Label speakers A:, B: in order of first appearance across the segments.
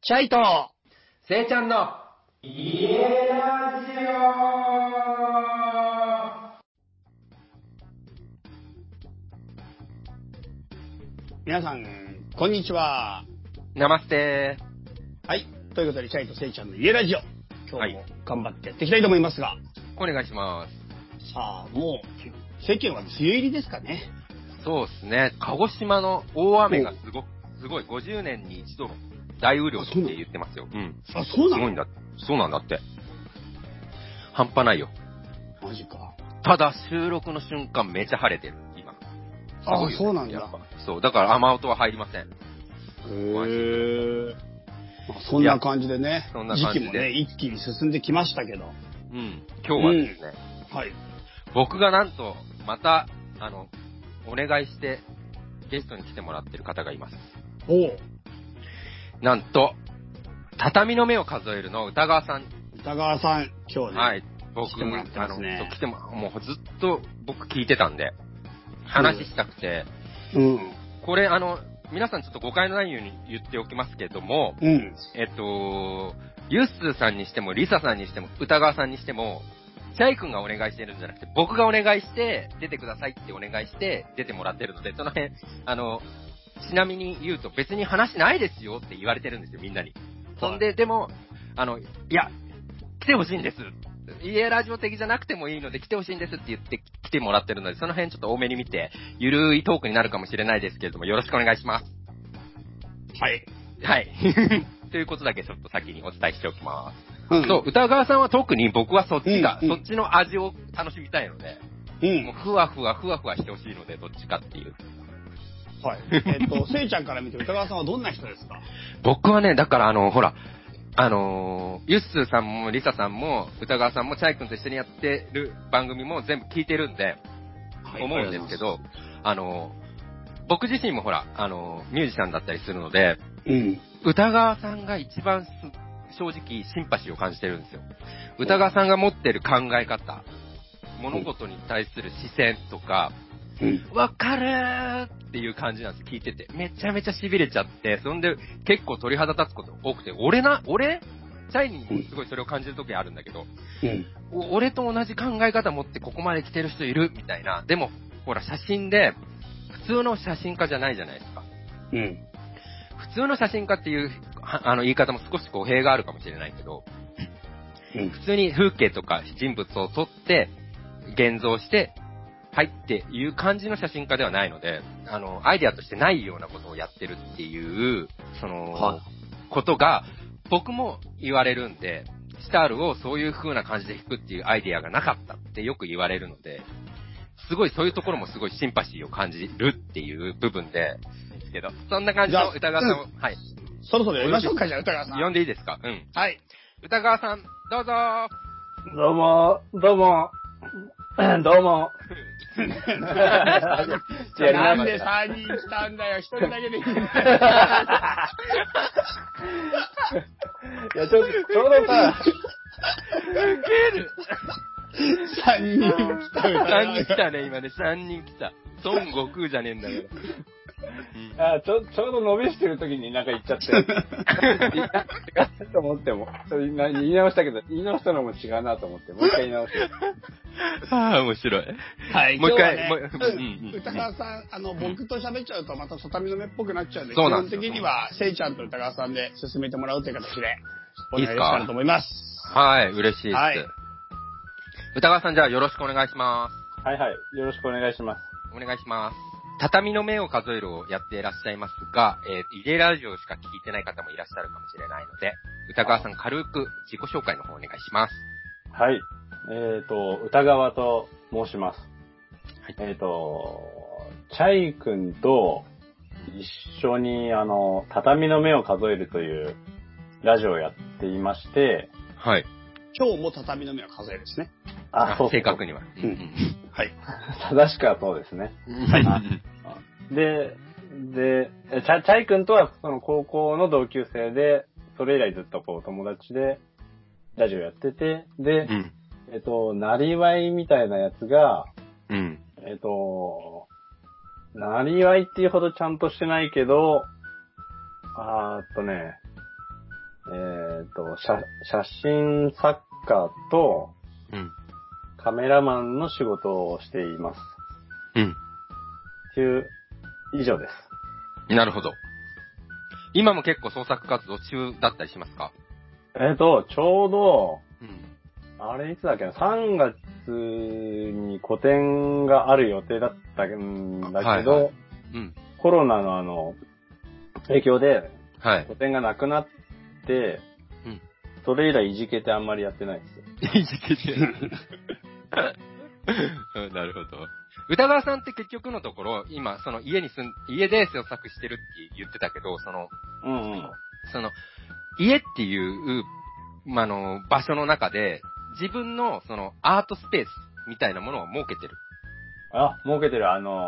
A: チャイと、
B: せいちゃんの家ラジオ。
A: 皆さん、こんにちは。
B: ナマステ
A: はい。ということで、チャイとせいちゃんの家ラジオ。今日も頑張ってやっていきたいと思いますが。
B: お願いします。
A: さあ、もう、世間は梅雨入りですかね。
B: そうですね。鹿児島の大雨がすごい、50年に一度の大雨量って言ってますよ。うん。
A: あ、そうなの？
B: すごいんだ。そうなんだって。半端ないよ。
A: マジか。
B: ただ、収録の瞬間めちゃ晴れてる、今。
A: あ、そうなんだ。
B: そう、だから雨音は入りません。
A: へー。そんな感じでね、
B: そんな感じで
A: 時期もね、一気に進んできましたけど。
B: うん。今日はですね、
A: はい。
B: 僕がなんと、また、お願いして、ゲストに来てもらってる方がいます。
A: おう。
B: なんと、畳の目を数えるの歌川さん。
A: 歌川さん、今日ね。
B: はい。僕、
A: 来てもらってますね。
B: 来ても、もうずっと僕聞いてたんで、話したくて、
A: うん。
B: これ皆さんちょっと誤解のないように言っておきますけども、
A: うん。
B: ユッスーさんにしても、リサさんにしても、歌川さんにしても、チャイ君がお願いしてるんじゃなくて、僕がお願いして、出てくださいってお願いして、出てもらってるので、その辺、ちなみに言うと、別に話ないですよって言われてるんですよ、みんなに。そんで、でも、いや、来てほしいんです。家ラジオ的じゃなくてもいいので来てほしいんですって言って来てもらってるので、その辺ちょっと多めに見て、ゆるいトークになるかもしれないですけれども、よろしくお願いします。
A: はい。
B: はい。ということだけちょっと先にお伝えしておきます。
A: うん、
B: そう、歌川さんは特に僕はそっちが、
A: うんうん、
B: そっちの味を楽しみたいので、
A: うん、
B: もうふわふわしてほしいので、どっちかっていう。
A: はい。せいちゃんから見て歌川さんはどんな人ですか？
B: 僕はね、だからほら、ユッスーさんもリサさんも歌川さんもチャイ君と一緒にやってる番組も全部聞いてるんで、
A: はい、
B: 思うんですけど、僕自身もほら、ミュージシャンだったりするので、
A: うん、
B: 歌川さんが一番正直シンパシーを感じてるんですよ。歌川さんが持ってる考え方、物事に対する視線とか、わかるーっていう感じなんです。聞いてて。めちゃめちゃ痺れちゃって、そんで結構鳥肌立つこと多くて、俺チャイにもすごいそれを感じるときあるんだけど、俺と同じ考え方持ってここまで来てる人いるみたいな。でも、ほら写真で、普通の写真家じゃないじゃないですか。
A: うん。
B: 普通の写真家っていう、言い方も少し語弊があるかもしれないけど、普通に風景とか人物を撮って、現像して、はいっていう感じの写真家ではないので、アイデアとしてないようなことをやってるっていう、ことが、僕も言われるんで、シタールをそういう風な感じで弾くっていうアイデアがなかったってよく言われるので、すごいそういうところもすごいシンパシーを感じるっていう部分で、ですけど、そんな感じの歌川さんを、はい。
A: そろそろ呼びましょうか、じゃあ歌川さん。
B: 呼んでいいですか？うん。
A: はい。
B: 歌川さん、どうぞー。
C: どうも。
A: なんで3人来たんだよ、1人だけでいいんだよ。
C: いや、ちょうどさ、
B: ウケる。
A: 3人来た。
B: 3人来たね、今ね、3人来た。孫悟空じゃねえんだから。
C: ちょうど伸びしてる時になんか言っちゃって。違うと思っても。言い直したけど、言い直したのも違うなと思って、もう一回言い直して。
B: ああ、面白い。
A: はい、
B: もう一回、
A: ね、歌川さん、僕と喋っちゃうとまた畳の目っぽくなっちゃうんで、基本
B: そうなんですよ。
A: 的には、せいちゃんと歌川さんで進めてもらうという形で、お願いしたいと思います。
B: はい、嬉しいです。
A: はい、
B: 歌川さん、じゃあよろしくお願いします。
C: はいはい、よろしくお願いします。
B: お願いします。畳の目を数えるをやっていらっしゃいますが、家ラジオしか聞いてない方もいらっしゃるかもしれないので、歌川さん軽く自己紹介の方お願いします。
C: はい。歌川と申します。はい、チャイ君と一緒に畳の目を数えるというラジオをやっていまして、
B: はい。
A: 今日も畳の目を数えるですね。
C: そう
B: 正確には。
A: はい。
C: 正しくはそうですね。
A: はい。
C: で、チャイ君とはその高校の同級生で、それ以来ずっとこう友達でラジオやってて、で、なりわいみたいなやつが、なりわいっていうほどちゃんとしてないけど、 写真作家と、
B: うん。
C: カメラマンの仕事をしています。
B: うん。
C: っていう、以上です。
B: なるほど。今も結構創作活動中だったりしますか？
C: ちょうど、
B: うん。
C: あれいつだっけな、3月に個展がある予定だったんだけど、
B: はいはい、うん。
C: コロナの影響で、
B: はい。
C: 個展がなくなって、
B: うん。
C: それ以来いじけてあんまりやってないです。
B: いじけてなるほど。歌川さんって結局のところ、今、その家で制作してるって言ってたけど、
C: うんうん。
B: 家っていう、場所の中で、自分のアートスペースみたいなものを設けてる。
C: 設けてる、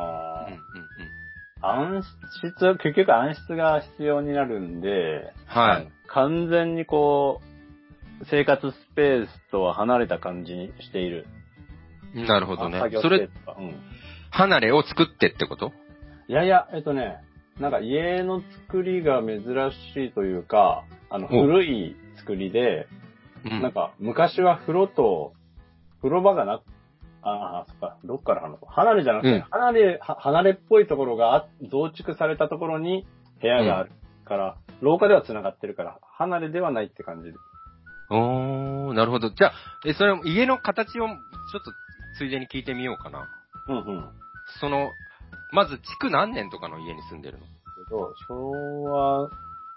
C: 結局暗室が必要になるんで、
B: はい。
C: 完全に生活スペースとは離れた感じにしている。
B: なるほどね。
C: 作業スペースとか。
B: 離れを作ってってこと？
C: いやいや、なんか家の作りが珍しいというか、古い作りで、なんか昔は風呂場がそっか、どっから離れじゃなくて、離れっぽいところが増築されたところに部屋があるから、廊下では繋がってるから、離れではないって感じで。
B: なるほど。じゃあ、それ家の形をちょっとついでに聞いてみようかな。
C: うんうん。
B: まず築何年とかの家に住んでるの？
C: 昭和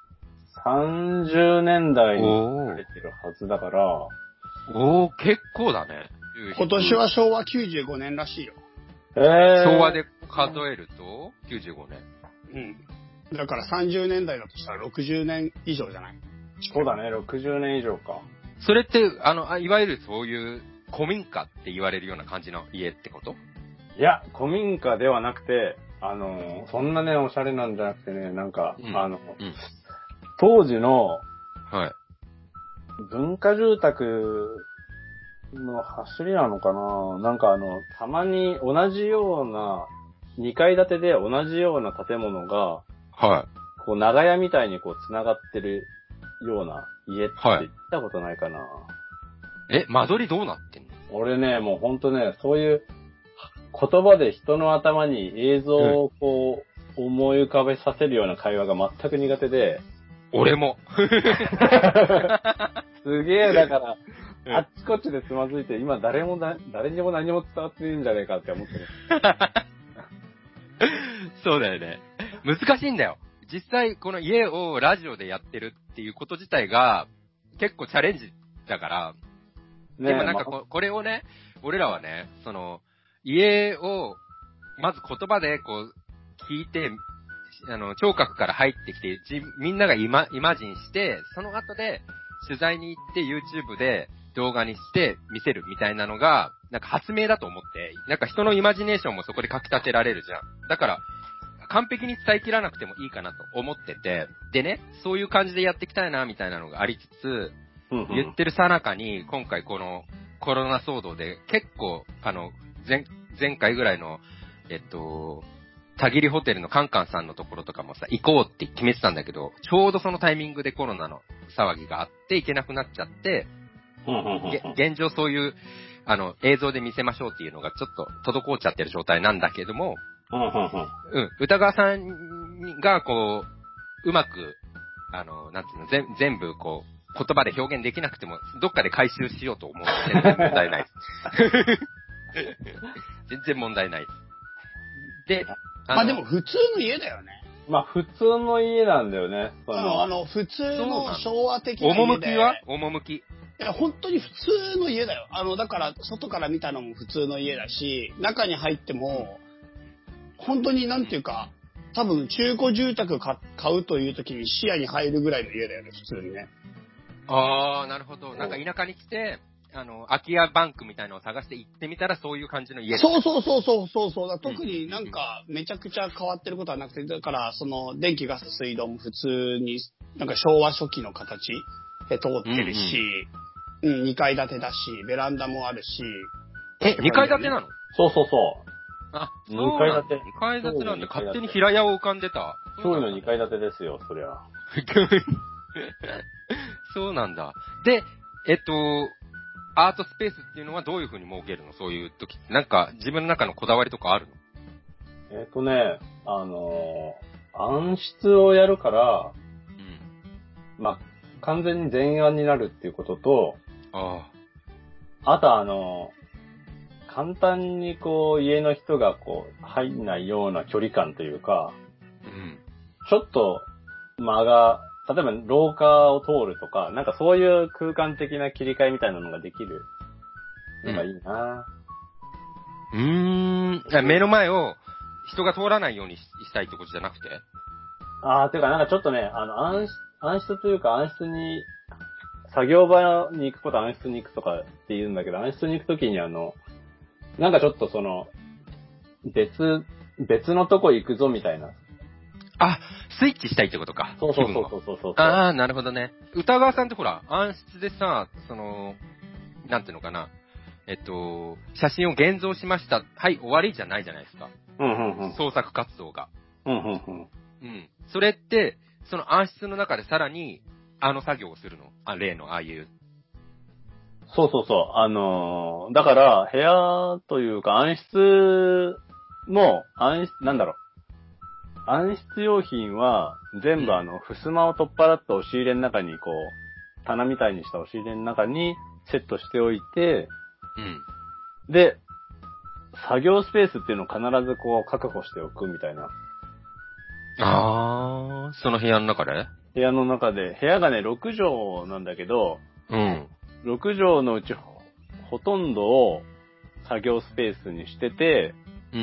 C: 30年代に作られてるはずだから。
B: 結構だね。
A: 今年は昭和95年らしいよ。
B: 昭和で数えると95年。
A: うん。だから30年代だとしたら60年以上じゃない？
C: そうだね、60年以上か。
B: それって、いわゆるそういう古民家って言われるような感じの家ってこと？
C: いや、古民家ではなくて、そんなね、おしゃれなんじゃなくてね、なんか、当時の、
B: はい。
C: 文化住宅の走りなのかな？なんかたまに同じような、2階建てで同じような建物が、
B: はい。
C: 長屋みたいに繋がってるような家って行ったことないかな？
B: 間取りどうなってんの？
C: 俺ね、もうほんとね、そういう言葉で人の頭に映像を思い浮かべさせるような会話が全く苦手で。
B: 俺も。
C: すげえ、だから、あっちこっちでつまずいて、今誰にも何も伝わっているんじゃねえかって思ってる。
B: そうだよね。難しいんだよ。実際、この家をラジオでやってるっていうこと自体が、結構チャレンジだから、でもなんかこれをね、俺らはね、家を、まず言葉で聞いて、聴覚から入ってきて、みんながイマジンして、その後で取材に行って YouTube で動画にして見せるみたいなのが、なんか発明だと思って、なんか人のイマジネーションもそこでかき立てられるじゃん。だから、完璧に伝えきらなくてもいいかなと思ってて、でね、そういう感じでやっていきたいなみたいなのがありつつ、言ってるさなかに、今回このコロナ騒動で結構、前回ぐらいの、田切ホテルのカンカンさんのところとかもさ、行こうって決めてたんだけど、ちょうどそのタイミングでコロナの騒ぎがあって行けなくなっちゃって、現状そういう、映像で見せましょうっていうのがちょっと滞っちゃってる状態なんだけども、歌川さんがうまく、なんていうの、全部言葉で表現できなくても、どっかで回収しようと思う。全然問題ないです。全然問題ないです。で、
A: でも普通の家だよね。
C: 普通の家なんだよね。
A: 普通の昭和的な家で。
B: 趣。い
A: や、本当に普通の家だよ。だから、外から見たのも普通の家だし、中に入っても、本当になんていうか、多分中古住宅買うという時に視野に入るぐらいの家だよね、普通にね。
B: なるほど。なんか田舎に来て、空き家バンクみたいなのを探して行ってみたらそういう感じの家。
A: そう。特になんかめちゃくちゃ変わってることはなくて、だから電気ガス水道も普通になんか昭和初期の形で通ってるし、2階建てだし、ベランダもあるし。
B: 2階建てなの？
C: そう。
B: 2階建て。2階建てなんで勝手に平屋を浮かんでた。
C: 今日の2階建てですよ、そりゃ。
B: そうなんだ。で、アートスペースっていうのはどういう風に設けるの？そういう時。なんか、自分の中のこだわりとかあるの？
C: 暗室をやるから、
B: うん。
C: まあ、完全に全暗になるっていうことと、
B: あ
C: あと簡単にこう、家の人がこう、入んないような距離感というか、
B: あ。うん。
C: ちょっと間が、例えば廊下を通るとか、なんかそういう空間的な切り替えみたいなのができるのがいいな。
B: 目の前を人が通らないようにしたいってことじゃなくて？
C: ていうかなんかちょっとね、暗室というか暗室に、作業場に行くこと暗室に行くとかって言うんだけど、暗室に行くときになんかちょっと別のとこ行くぞみたいな。
B: あ、スイッチしたいってことか。
C: そうそう
B: 気分を。
C: そう。
B: ああ、なるほどね。歌川さんってほら、暗室でさ、なんていうのかな。写真を現像しました。はい、終わりじゃないじゃないですか。創作活動が。うん。それって、その暗室の中でさらに、作業をするの？例の、ああいう。
C: そう。だから、部屋というか暗室も、なんだろう。暗室用品は、全部襖を取っ払った押し入れの中に、こう、棚みたいにした押し入れの中にセットしておいて、
B: うん。
C: で、作業スペースっていうのを必ずこう確保しておくみたいな。
B: ああ、その部屋の中で？
C: 部屋の中で、部屋がね、6畳なんだけど、
B: うん。
C: 6畳のうちほとんどを作業スペースにしてて、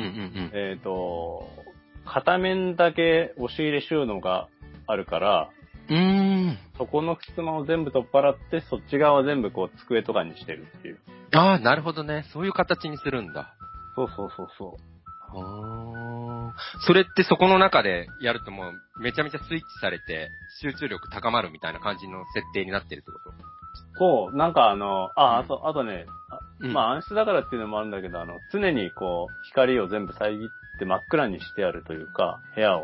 C: 片面だけ押し入れ収納があるから、そこの襖を全部取っ払って、そっち側は全部こう机とかにしてるっていう。
B: ああ、なるほどね。そういう形にするんだ。
C: そう。
B: それってそこの中でやるともうめちゃめちゃスイッチされて集中力高まるみたいな感じの設定になってるってこと？
C: そう、なんかあとね、まあ暗室だからっていうのもあるんだけど、常にこう、光を全部遮って真っ暗にしてあるというか、部屋を。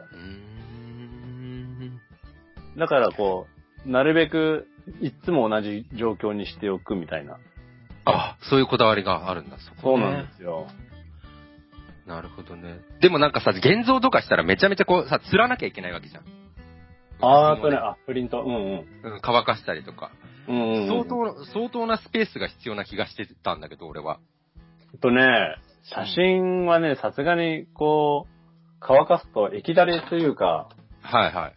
C: だからこう、なるべく、いつも同じ状況にしておくみたいな。
B: あ、そういうこだわりがあるんだ、そこね。
C: そうなんですよ。
B: なるほどね。でもなんかさ、現像とかしたらめちゃめちゃこうさ、釣らなきゃいけないわけじゃん。
C: プリント。
B: 乾かしたりとか。
C: 相
B: 当なスペースが必要な気がしてたんだけど、俺は。
C: 写真はね、さすがにこう、乾かすと液だれというか、
B: はいはい。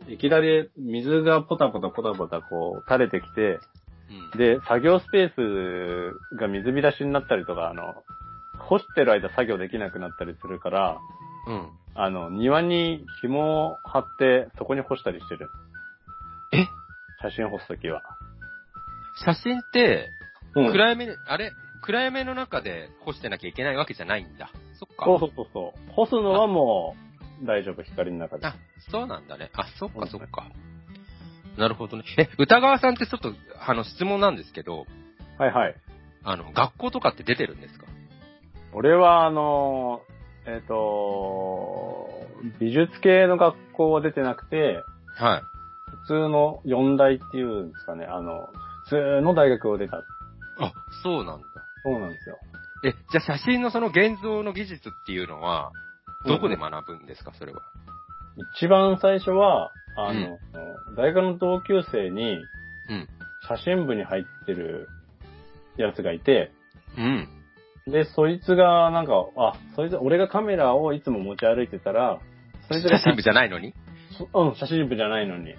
C: 液だれ、水がポタポタこう垂れてきて、で、作業スペースが水浸しになったりとか、干してる間作業できなくなったりするから、庭に紐を張って、そこに干したりしてる。写真干すときは。
B: 写真って、暗闇の中で干してなきゃいけないわけじゃないんだ。そっか。
C: そう。干すのはもう、大丈夫、光の中で。
B: あ、そうなんだね。あ、そっか。なるほどね。歌川さんってちょっと、質問なんですけど。
C: はい。
B: 学校とかって出てるんですか？
C: 俺は、美術系の学校は出てなくて、
B: はい。
C: 普通の四大っていうんですかね、普通の大学を出た。
B: あ、そうなんだ。
C: そうなんですよ。
B: じゃあ写真のその現像の技術っていうのは、どこで学ぶんですか、それは。
C: 一番最初は、大学の同級生に、写真部に入ってるやつがいて、で、そいつが、なんか、俺がカメラをいつも持ち歩いてたら、
B: そいつが写真部じゃないのに？
C: 写真部じゃないのに。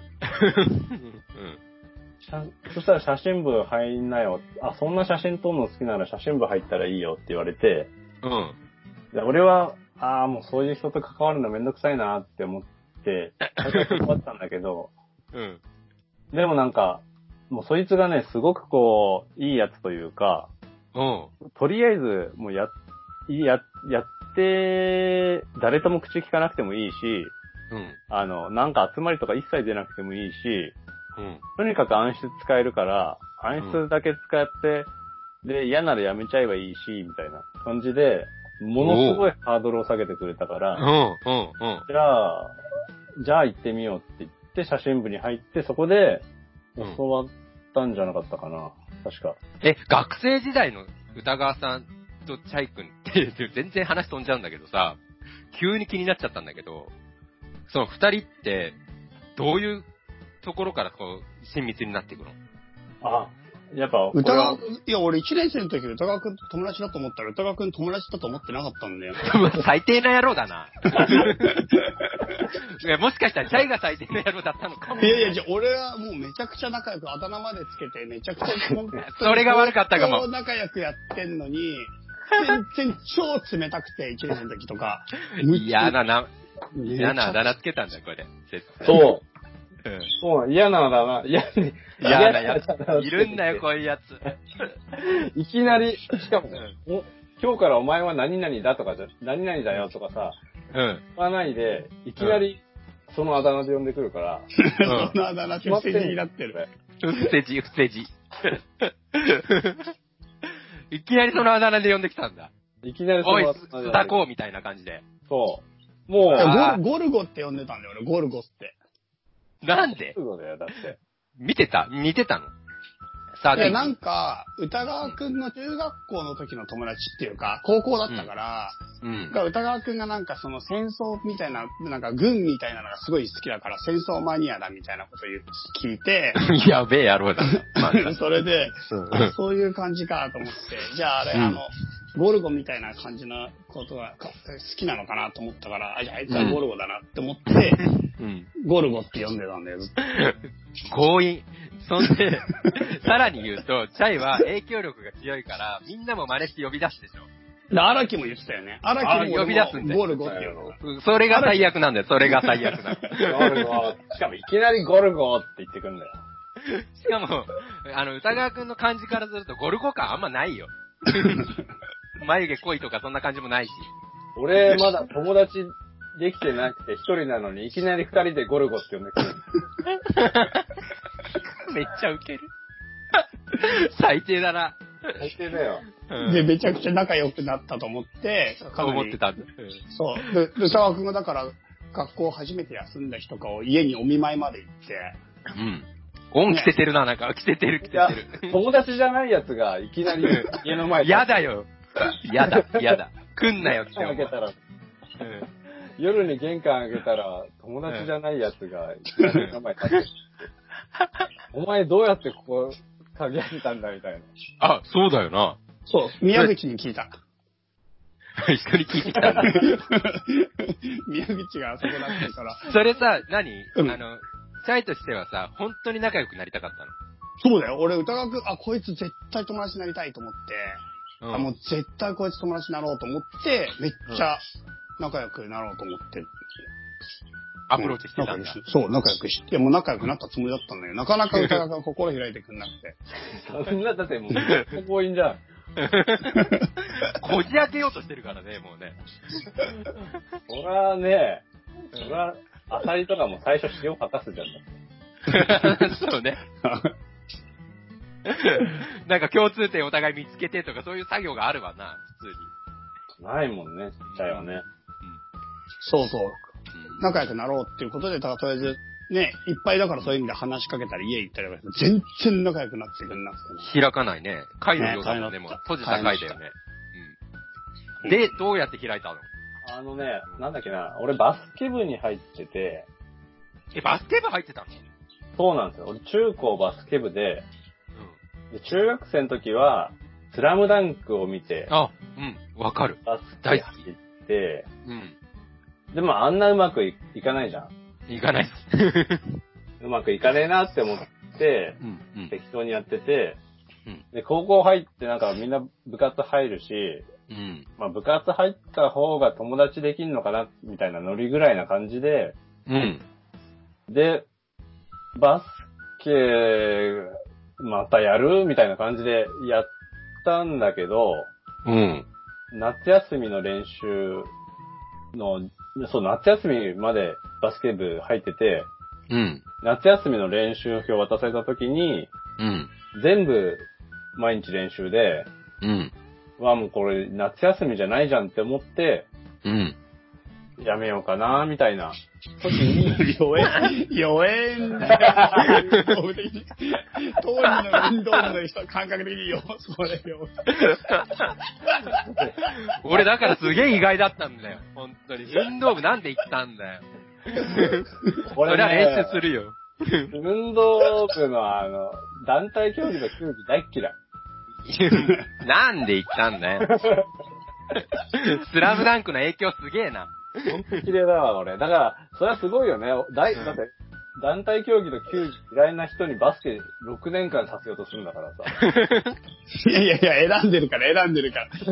C: そしたら写真部入んなよ。そんな写真撮るの好きなら写真部入ったらいいよって言われて、で俺は、もうそういう人と関わるのめんどくさいなって思って、最初は断ったんだけど、でもなんか、もうそいつがね、すごくこう、いいやつというか、とりあえず、もうやって、誰とも口聞かなくてもいいし、なんか集まりとか一切出なくてもいいし、とにかく暗室使えるから、暗室だけ使って、で、嫌ならやめちゃえばいいし、みたいな感じで、ものすごいハードルを下げてくれたから、じゃあ行ってみようって言って写真部に入って、そこで教わったんじゃなかったかな。確か。
B: 学生時代の歌川さんとチャイ君って全然話飛んじゃうんだけどさ、急に気になっちゃったんだけど、その二人ってどういうところからこう親密になっていくの？
C: やっぱ、
A: いや、俺1年生の時歌川くんと友達だと思ったら歌川くん友達だと思ってなかったんだよ。
B: 最低な野郎だな。いや、もしかしたらチャイが最低な野郎だったのかも。
A: いや、俺はもうめちゃくちゃ仲良くあだ名までつけてめちゃくちゃ
B: それが悪かったかも。
A: 仲良くやってんのに、全然超冷たくて、1年生の時とか。
B: 嫌なあだ名つけたんだよ、これ。
C: そう。そう、嫌なあだ名。嫌
B: なやつ。いるんだよ、こういうやつ。
C: いきなり、しかも、今日からお前は何々だとか何々だよとかさ、言わないで、いきなりそのあだ名で呼んでくるから。
A: そのあだ名って不正字になってる。
B: 不正字。いきなりそのあだ名で呼んできたんだ。
C: いきなりそのあだ名で。
B: おい、須田こうみたいな感じで。
C: そう。も
A: う、ゴルゴって呼んでたんだよ、俺、ゴルゴって。
B: なんで？
C: ゴルゴだよ、だって。
B: 似てたの？
A: いや、なんか、歌川くんの中学校の時の友達っていうか、高校だったから、歌川くんがなんかその戦争みたいな、なんか軍みたいなのがすごい好きだから、戦争マニアだみたいなこと聞いて、
B: やべえ野郎だな。
A: それで、そういう感じかと思って、じゃああれ、ゴルゴみたいな感じのことが好きなのかなと思ったから、じゃああいつはゴルゴだなって思って、ゴルゴって呼んでたんだよ、ずっと。
B: 強引。そんで、さらに言うと、チャイは影響力が強いから、みんなも真似して呼び出すでしょ。
A: で、荒木も言ってたよね。荒木も
B: 呼び出すんだよ。
A: ゴルゴって言うの。
B: それが最悪なんだよ、それが最悪なの。
C: ゴルゴ。しかもいきなりゴルゴって言ってくんだよ。
B: しかも、歌川くんの感じからすると、ゴルゴ感あんまないよ。眉毛濃いとかそんな感じもないし。
C: 俺、まだ友達できてなくて一人なのに、いきなり二人でゴルゴって呼んでくる。
B: めっちゃウケる。最低だな。
C: 最低だよ。
A: で、めちゃくちゃ仲良くなったと思って、
B: 思ってたんだ。
A: そう。で、歌川くんがだから、学校初めて休んだ日とかを家にお見舞いまで行って、
B: 恩着せてるな、なんか。着せてる。
C: 友達じゃないやつがいきなり家の前で。
B: やだよ。やだ。来んなよって
C: 開けたら、夜に玄関開けたら、友達じゃないやつが家の前に立ってる。お前どうやってここ鍵開けたんだみたいな。
B: あ、そうだよな。
A: そう、宮口に聞いた。
B: 人に聞いてきたんだ。
A: 宮口があそこだったから。
B: それさ、何？チャイとしてはさ、本当に仲良くなりたかったの？
A: そうだよ。俺、歌川くん、こいつ絶対友達になりたいと思って、もう絶対こいつ友達になろうと思って、めっちゃ仲良くなろうと思って。
B: アプローチしてたんだ。
A: そう、仲良くして、もう仲良くなったつもりだったんだよ。なかなか歌川が心開いてくんなくて。
C: そんな、だってもう、強引じゃん。
B: こじ開けようとしてるからね、もうね。
C: そらね、アサリとかも最初塩かかすじゃんだ。
B: そうね。なんか共通点お互い見つけてとかそういう作業があるわな、普通
C: に。ないもんね、ちっちゃいわね。
A: そう。仲良くなろうっていうことで、とりあえず、ね、いっぱいだからそういう意味で話しかけたり家行ったりとか全然仲良くなってくんなくて、
B: ね。開かないね。会のようだもんね、もう閉じた会だよね。で、どうやって開いたの？
C: なんだっけな、俺バスケ部に入ってて。
B: バスケ部入ってたの？
C: そうなんですよ。俺中高バスケ部で、中学生の時は、スラムダンクを見て、
B: わかる。
C: バスケ入って、でもあんなうまくいかないじゃん。
B: いかない。
C: うまくいかねえなって思って、適当にやってて、で、高校入ってなんかみんな部活入るし、部活入った方が友達できんのかなみたいなノリぐらいな感じで、で、バスケ、またやるみたいな感じでやったんだけど、夏休みの練習の、夏休みまでバスケ部入ってて、夏休みの練習表渡された時に、全部毎日練習で、もうこれ夏休みじゃないじゃんって思って、 やめようかな、みたいな時に、
A: 弱えんだよ。運動的に。当時の運動部の人は感覚的にそれよ。
B: 俺だからすげえ意外だったんだよ。本当に。運動部なんで行ったんだよ。それは練習するよ。
C: 運動部の団体競技の球技大っ嫌い。
B: なんで行ったんだよ。スラムダンクの影響すげえな。
C: ほんと綺麗だわ、俺。だから、それはすごいよね。だって、団体競技の球技嫌いな人にバスケ6年間させようとするんだからさ。
A: いや、選んでるから。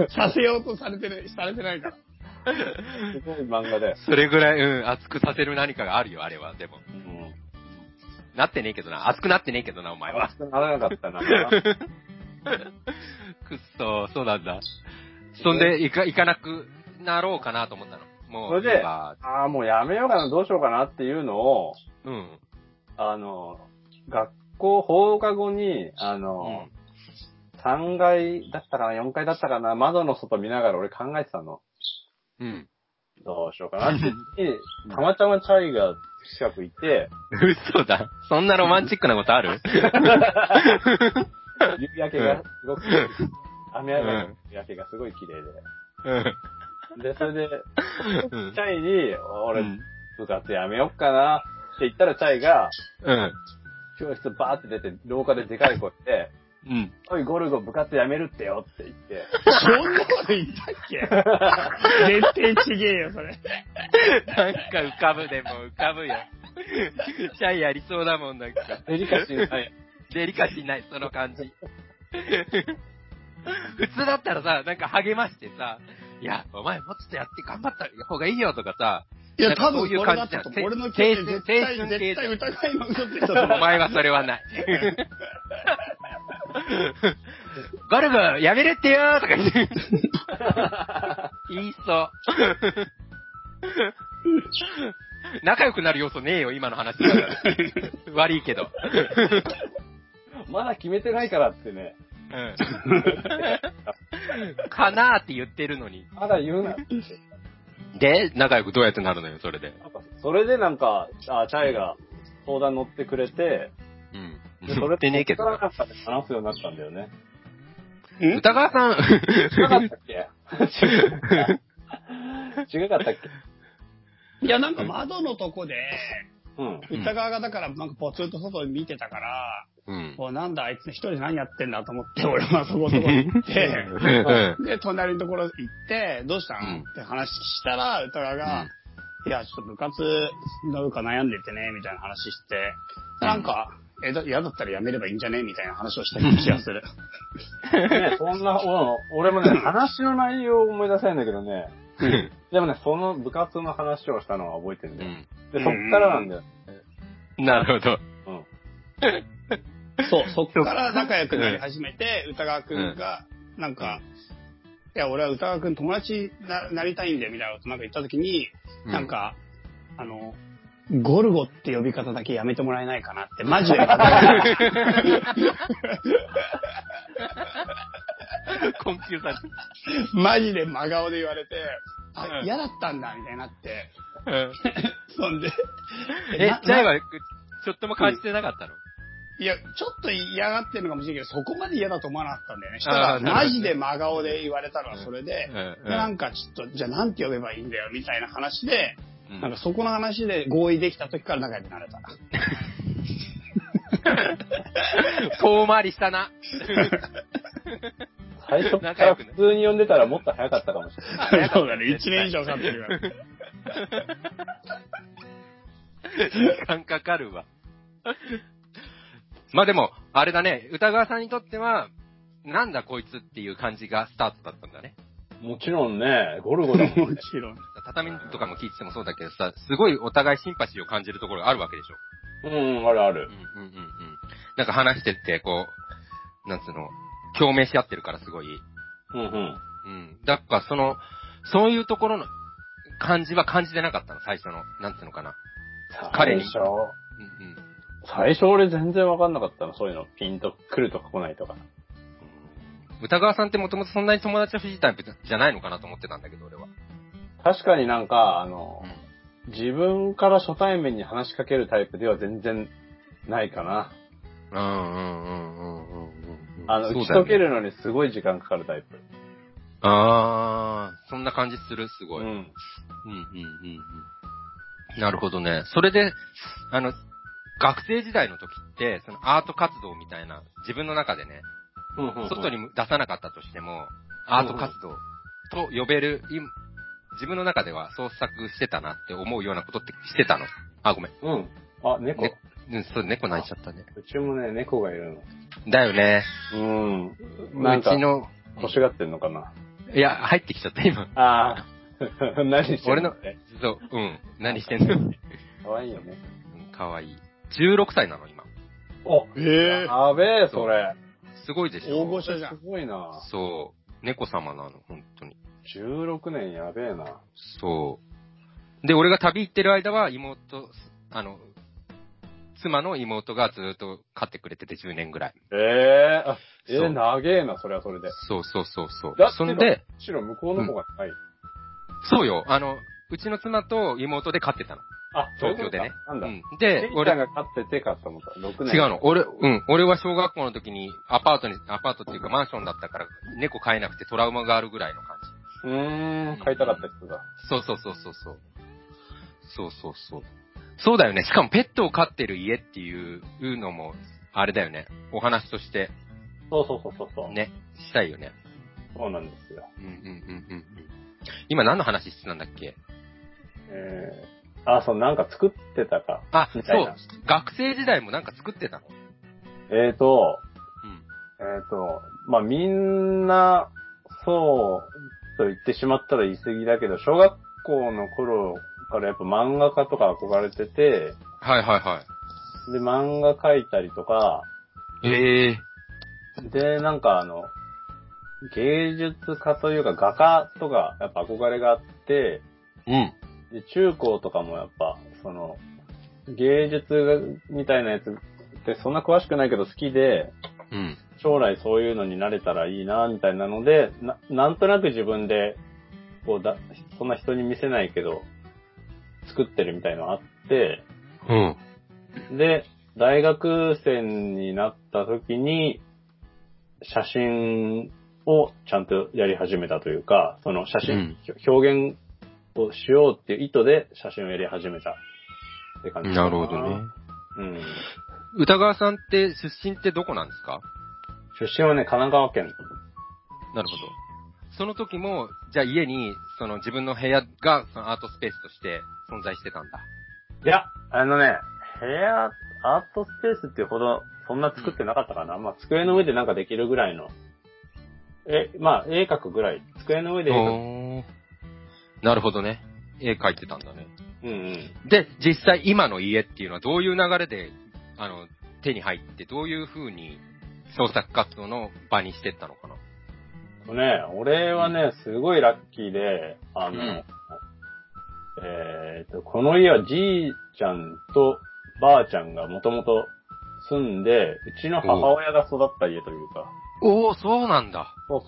A: させようとされてないから。
C: すごい漫画で。
B: それぐらい、熱くさせる何かがあるよ、あれは、でも。なってねえけどな。熱くなってねえけどな、お前は。
C: 熱くならなかったな。
B: くっそ、そうなんだ。そんで、行かなくなろうかなと思ったの。もう、
C: それで、もうやめようかな、どうしようかなっていうのを、学校放課後に、3階だったかな、4階だったかな、窓の外見ながら俺考えてたの。どうしようかなって言って、たまたまチャイが近くいて、
B: 嘘だ。そんなロマンチックなことある？
C: 夕焼けがすごく、雨上がりの夕焼けがすごい綺麗で。で、それで、チャイに、俺、部活やめよっかなって言ったらチャイが、教室バーって出て、廊下ででかい声で、おい、ゴルゴ部活やめるってよって言って。
A: そんなこと言ったっけ？絶対ちげえよ、それ。
B: なんか浮かぶでも浮かぶよ。チャイやりそうだもん、なんか。
C: デリカシーない。
B: デリカシーない、その感じ。普通だったらさ、なんか励ましてさ、いや、お前もうちょっとやって頑張った方がいいよとかさ、
A: いや、多分それだったと思う。俺の経験絶対疑いの嘘って言ったと思う。
B: お前はそれはない。ゴルゴやめるってよーとか言って。言いそう。仲良くなる要素ねえよ、今の話だから。悪いけど。
C: まだ決めてないからってね。
B: かなーって言ってるのに。
C: まだ言うな。
B: で、仲良くどうやってなるのよ、それで。
C: それでなんか、チャイが相談乗ってくれて、それでねえけど。話すようになったんだよね。
B: 歌川さん。
C: 違かったっけ違かったっけ
A: いや、なんか窓のとこで、歌川がだからなんかポツンと外に見てたから、なんだあいつ一人で何やってんだと思って、俺はそこに行って、で、隣のところ行って、どうしたのって話したら、歌川が、いや、ちょっと部活乗るか悩んでてね、みたいな話して、なんか、嫌だったらやめればいいんじゃねみたいな話をした気がする。
C: ね、そんな、俺もね、話の内容を思い出せないんだけどね。でもね、その部活の話をしたのは覚えてるんだよ。で、そっからなんだよ。
B: なるほど。
A: そっから仲良くなり始めて、歌川くんが、なんか、いや、俺は歌川くん友達になりたいんだよ、みたいなことなんか言ったときに、なんか、ゴルゴって呼び方だけやめてもらえないかなって、マジで。
B: 困窮されて。
A: マジで真顔で言われて、嫌だったんだ、みたいになって。そんで。
B: チャイは、ちょっとも感じてなかったの？
A: いや、ちょっと嫌がってるのかもしれないけど、そこまで嫌だと思わなかったんだよね。したら、マジで真顔で言われたのはそれで、なんかちょっと、じゃあなんて呼べばいいんだよ、みたいな話で、なんかそこの話で合意できた時から仲良くなれた。
B: 遠回りしたな。
C: 最初から普通に呼んでたらもっと早かったかもしれない。
A: そうだね、1年以上経ってるから。
B: 時間かかるわ。まあでも、あれだね、歌川さんにとっては、なんだこいつっていう感じがスタートだったんだね。
C: もちろんね、ゴルゴだもん、
A: もちろん。
B: 畳とかも聞いててもそうだけどさ、すごいお互いシンパシーを感じるところがあるわけでしょ。
C: あるある。
B: なんか話してて、こう、なんつうの、共鳴し合ってるからすごい。だからそういうところの感じは感じてなかったの、最初の、なんつうのかな。彼に。
C: 最初俺全然わかんなかったの、そういうの。ピンと来るとか来ないとか。
B: 歌川さんってもともとそんなに友達は藤タイプじゃないのかなと思ってたんだけど、俺は。
C: 確かになんか、自分から初対面に話しかけるタイプでは全然ないかな。打ち解けるのにすごい時間かかるタイプ。
B: そんな感じする、すごい。なるほどね。それで、学生時代の時って、そのアート活動みたいな、自分の中でね、外に出さなかったとしても、アート活動と呼べる、自分の中では創作してたなって思うようなことってしてたの？ごめん。
C: 猫。
B: そう、猫泣いちゃったね。
C: うちもね、猫がいるの。
B: だよね。
C: なんか、欲しがってんのかな。
B: いや、入ってきちゃった、今。
C: 何してんの？
B: そう、何してんの？
C: かわいいよね。
B: かわいい。16歳なの、今。
C: やべえ、それ。
B: すごいでしょ。
A: 大御所じゃん。
C: すごいな。
B: そう。猫様なの、本当に。
C: 16年やべえな。
B: そう。で、俺が旅行ってる間は、妻の妹がずっと飼ってくれてて10年ぐらい。
C: 長えな、それはそれで。
B: そう。
C: そんで、むしろ向こうの方がない。
B: そうよ。うちの妻と妹で飼ってたの。東京でね。
C: なんだ。
B: で、
C: 俺が飼ってて飼ったのか。6年。
B: 違うの。俺は小学校の時にアパートっていうかマンションだったから猫飼えなくてトラウマがあるぐらいの感じ。
C: 飼いたかった人だ。
B: そう。そうだよね。しかもペットを飼ってる家っていうのも、あれだよね。お話として。
C: そう。
B: ね。したいよね。
C: そうなんですよ。
B: 今何の話してたんだっけ？
C: なんか作ってたか。
B: そう。学生時代もなんか作ってたの？
C: みんな、そうと言ってしまったら言い過ぎだけど、小学校の頃からやっぱ漫画家とか憧れてて、
B: はい。
C: で、漫画描いたりとか、で、なんか芸術家というか画家とかやっぱ憧れがあって、で、中高とかもやっぱ、芸術みたいなやつってそんな詳しくないけど好きで、将来そういうのになれたらいいな、みたいなので、なんとなく自分で、そんな人に見せないけど、作ってるみたいなのあって、で、大学生になった時に、写真をちゃんとやり始めたというか、その写真、表現をしようっていう意図で写真をやり始めたって感じ
B: なるほどね。歌川さんって出身ってどこなんですか？
C: 出身はね、神奈川県。
B: なるほど。その時も、じゃあ家に、自分の部屋がアートスペースとして存在してたんだ。
C: いや、部屋、アートスペースっていうほど、そんな作ってなかったかな。机の上でなんかできるぐらいの。絵描くぐらい。机の上で絵描
B: く。なるほどね。絵描いてたんだね。
C: うん。
B: で、実際今の家っていうのはどういう流れで、手に入って、どういう風に創作活動の場にしてったのかな？
C: 俺はね、すごいラッキーで、この家はじいちゃんとばあちゃんがもともと住んで、うちの母親が育った家というか。
B: そうなんだ。
C: そう。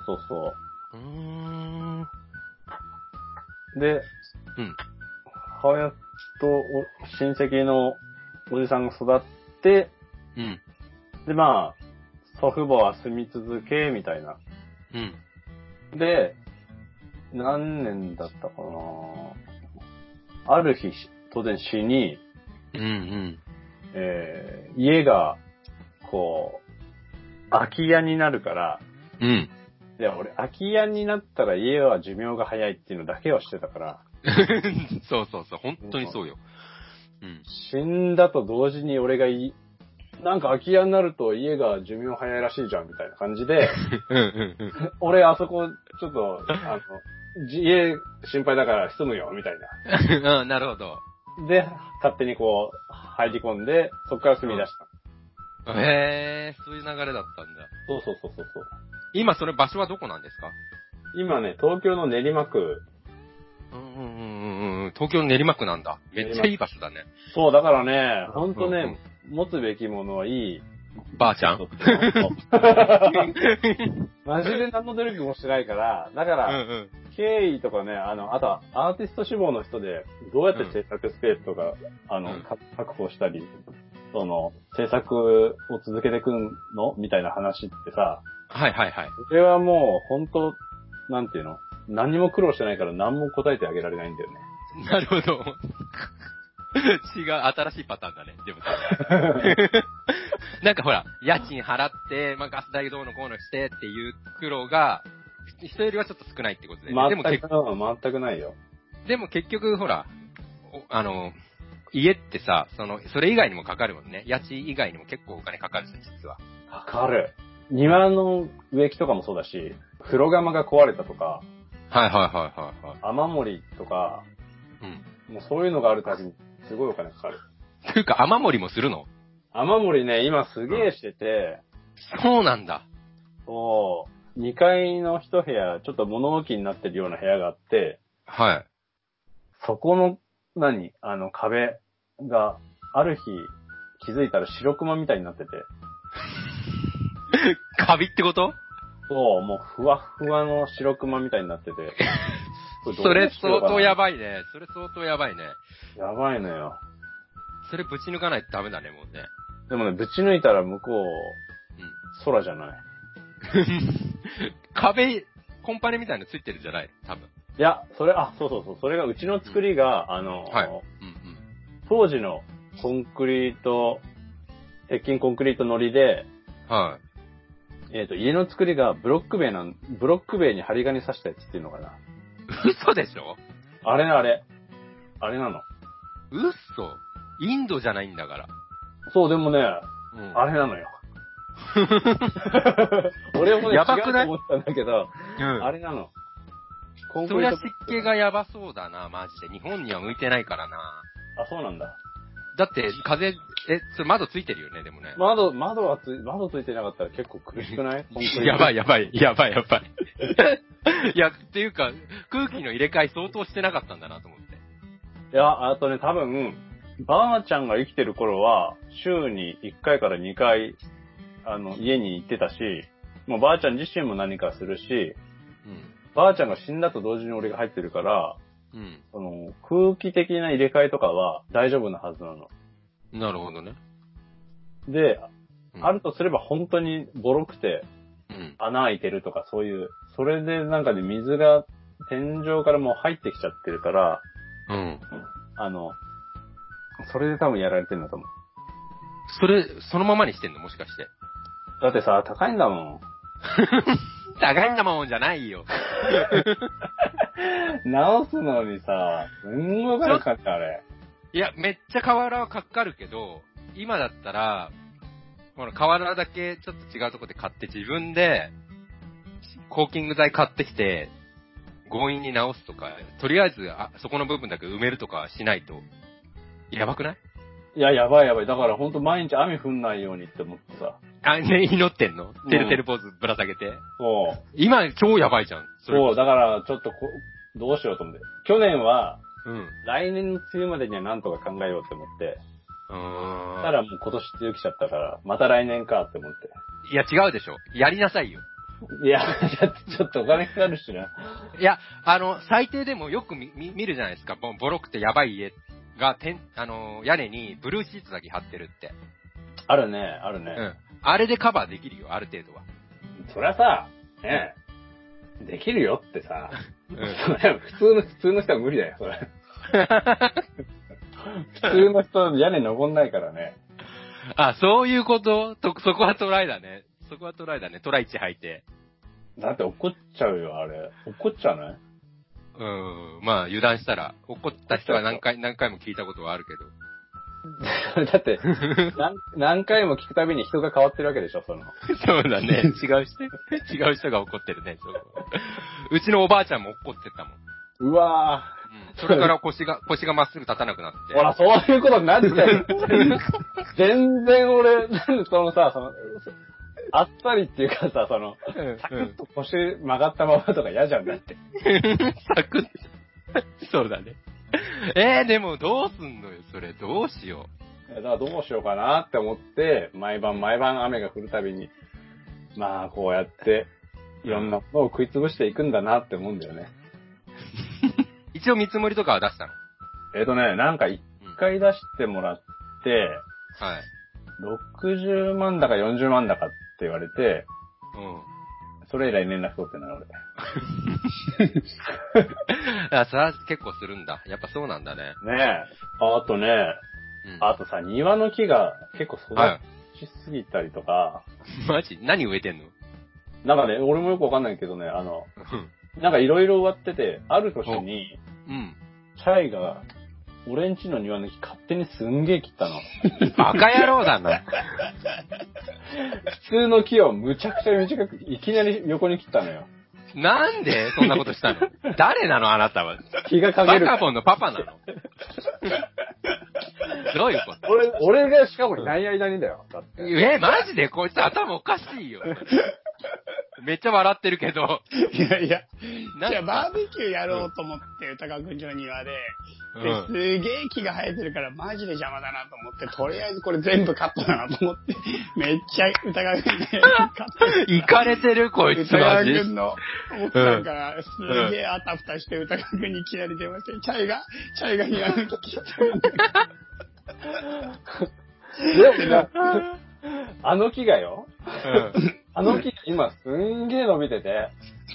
C: で、母親と親戚のおじさんが育って、で、祖父母は住み続け、みたいな。で、何年だったかな。ある日、当然死に、家が、空き家になるから、いや、俺、空き家になったら家は寿命が早いっていうのだけはしてたから。
B: そう。本当にそうよ。
C: 死んだと同時に俺がなんか空き家になると家が寿命早いらしいじゃんみたいな感じで、俺あそこちょっと、家心配だから住むよみたい
B: な。なるほど。
C: で、勝手に入り込んで、そこから住み出した。
B: そういう流れだったんだ。
C: そう。
B: 今それ場所はどこなんですか？
C: 今ね、東京の練馬区。
B: 東京の練馬区なんだ。めっちゃいい場所だね。
C: そう、だからね、ほんとね、持つべきものはいい
B: ばあちゃん
C: マジで何の努力もしてないから、だから、経緯とかね、あとはアーティスト志望の人で、どうやって制作スペースとか、確保したり、制作を続けていくのみたいな話ってさ、
B: はいはいはい。
C: それはもう、本当なんていうの何にも苦労してないから何も答えてあげられないんだよね。
B: なるほど。違う、新しいパターンだね。でもなんかほら、家賃払って、ガス代どうのこうのしてっていう苦労が、人よりはちょっと少ないってことで、ね。
C: 全くないよ。
B: でも結局ほら、家ってさ、それ以外にもかかるもんね。家賃以外にも結構お金かかるし、実は。
C: かかる。庭の植木とかもそうだし、風呂釜が壊れたとか、
B: はいはいはいはい。
C: 雨漏りとか、もうそういうのがあるたびにすごいお金かかる。
B: というか雨漏りもするの？
C: 雨漏りね、今すげえしてて、
B: そうなんだ。
C: そう、2階の一部屋、ちょっと物置になってるような部屋があって、
B: はい。
C: そこの、壁が、ある日、気づいたら白熊みたいになってて。
B: カビってこと？
C: そう、もうふわふわの白熊みたいになってて。
B: それ相当やばいね。それ相当やばいね。
C: やばいのよ。
B: それぶち抜かないとダメだね、もうね。
C: でもね、ぶち抜いたら向こう、空じゃない。
B: 壁、コンパネみたいなのついてるんじゃない？多分。
C: いや、そう。それが、うちの作りが、
B: はい。
C: 当時のコンクリート、鉄筋コンクリートのりで、
B: はい。
C: 家の作りがブロック塀に針金刺したやつっていうのかな。
B: 嘘でしょ？
C: あれなの。
B: 嘘？インドじゃないんだから。
C: そう、でもね、あれなのよ。俺もね、
B: やばくない？
C: 違うと思ったんだけど、あれなの。
B: そりゃ湿気がやばそうだな、マジで。日本には向いてないからな。
C: あ、そうなんだ。
B: だって、それ窓ついてるよね、でもね。
C: 窓ついてなかったら結構苦しくない
B: やばい。いや、っていうか、空気の入れ替え相当してなかったんだなと思って。
C: いや、あとね、多分、ばあちゃんが生きてる頃は、週に1回から2回、家に行ってたし、もうばあちゃん自身も何かするし、ばあちゃんが死んだと同時に俺が入ってるから、空気的な入れ替えとかは大丈夫なはずなの。
B: なるほどね。
C: で、あるとすれば本当にボロくて、穴開いてるとかそういう、それでなんかね、水が天井からもう入ってきちゃってるから、それで多分やられてるんだと思う。
B: そのままにしてんの？もしかして。
C: だってさ、高いんだもん。
B: 高いんだもんじゃないよ。
C: 直すのにさ、すんごいかかったあれ。
B: いや、めっちゃ瓦はかかるけど、今だったら、この瓦だけちょっと違うとこで買って自分で、コーキング剤買ってきて、強引に直すとか、とりあえずそこの部分だけ埋めるとかしないと、やばくない？
C: いや、やばい。だからほんと毎日雨降んないようにって思ってさ。
B: 祈ってんの？てるてるポーズぶら下げて。
C: そう。
B: 今超やばいじゃん。
C: そう、だからちょっとどうしようと思って。去年は、来年の梅雨までにはなんとか考えようって思って。たらもう今年梅雨来ちゃったから、また来年かって思って。
B: いや、違うでしょ。やりなさいよ。
C: いや、ちょっとお金かかるしな。
B: いや、最低でもよく見るじゃないですか。ボロくてやばい家が、屋根にブルーシートだけ貼ってるって。
C: あるね。
B: あれでカバーできるよ、ある程度は。
C: そりゃさ、ねえ、できるよってさ、普通の人は無理だよ、それ。普通の人屋根登んないからね。
B: あ、そういうこと？そこはトライだね。トライ1履いて。
C: だって怒っちゃうよ、あれ。怒っちゃうね。
B: まあ油断したら、怒った人は何回も聞いたことはあるけど。
C: だって、何回も聞くたびに人が変わってるわけでしょ、
B: そうだね。違う人が怒ってるね。うちのおばあちゃんも怒ってたもん。
C: うわ
B: ぁ。それから腰がまっすぐ立たなくなって。
C: ほら、そういうことになっちゃう。全然俺、あっさりっていうかさ、サクッと腰曲がったままとか嫌じゃんだって。
B: サクッそうだね。でもどうすんのよ、それ。どうしよ
C: だからどうしようかなって思って、毎晩雨が降るたびに、まあこうやって、いろんなものを食いつぶしていくんだなって思うんだよね。
B: 一応見積もりとかは出したの？
C: なんか一回出してもらって、
B: はい。
C: 60万だか40万だかって言われて、
B: うん。
C: それ以来連絡取ってない俺。
B: それは結構するんだ。やっぱそうなんだね。
C: ねえ。あとね、あとさ、庭の木が結構育ちすぎたりとか。
B: マジ？何植えてんの？
C: なんかね、俺もよくわかんないけどね、なんかいろいろ植わってて、ある年に、チャイが、俺んちの庭の木勝手にすんげえ切ったの。
B: バカ野郎だな。
C: 普通の木をむちゃくちゃ短く、いきなり横に切ったのよ。
B: なんでそんなことしたの？誰なのあなたは。
C: 気がかける。
B: バカボンのパパなの？どういうこと？
C: 俺がしかもいない間にだよ。だって。
B: マジでこいつ頭おかしいよ。めっちゃ笑ってるけど。
A: いやいや、じゃあバーベキューやろうと思って、歌川くんちの庭で、すげえ木が生えてるからマジで邪魔だなと思って、とりあえずこれ全部カットだなと思って、めっちゃ歌川くんね、カット。
B: イカれてるこいつ
A: 歌川
B: マジ。
A: くんの奥さんからすげえあたふたして歌川くんにいきなり電話して、チャイが庭の木切ってるんだ
C: でもな、あの木がよ。あの木今すんげえ伸びてて。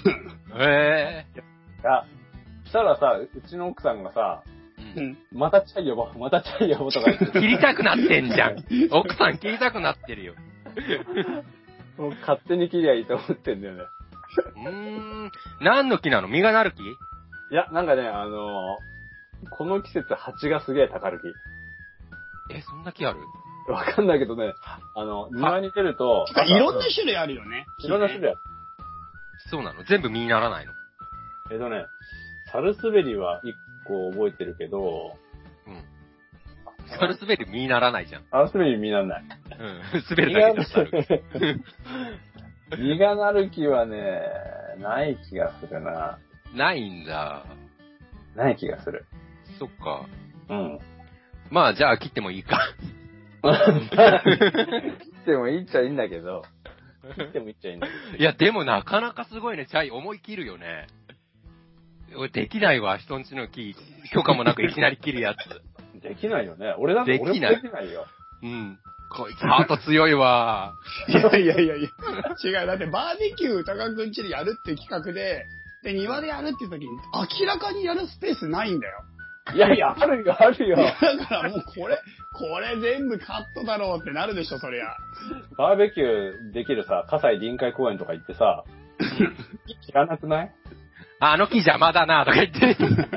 C: したらさ、うちの奥さんがさ、またチャイ呼ぼうとか言って。
B: 切りたくなってんじゃん。奥さん切りたくなってるよ。
C: もう勝手に切りゃいいと思ってんだよね。
B: 何の木なの？実がなる木？
C: いや、なんかね、この季節蜂がすげえたかる木。
B: そんな木ある？
C: わかんないけどね、庭に出ると。
A: いろんな種類あるよね。
C: いろんな種類ある。
B: そうなの？全部実にならないの？
C: サルスベリは1個覚えてるけど、
B: サルスベリ実にならないじゃん。
C: サルスベリ実にならない。
B: 滑るだけでサル。
C: 実がなる木はね、ない気がするな。
B: ないんだ。
C: ない気がする。
B: そっか。
C: ま
B: あ、じゃあ切ってもいいか。
C: 切ってもいいっちゃいいんだけど。
B: いや、でもなかなかすごいね。チャイ、思い切るよね。俺できないわ、人んちの木、許可もなくいきなり切るやつ。
C: できないよね。俺もできないよ。
B: こいつハート強いわ。
A: いや、違う。だってバーベキュー歌川くんちでやるって企画で、庭でやるって時に明らかにやるスペースないんだよ。
C: いや、あるよ。
A: だからもうこれ全部カットだろうってなるでしょ、そりゃ。
C: バーベキューできるさ、葛西臨海公園とか行ってさ、切らなくない？
B: あの木邪魔だなとか言って。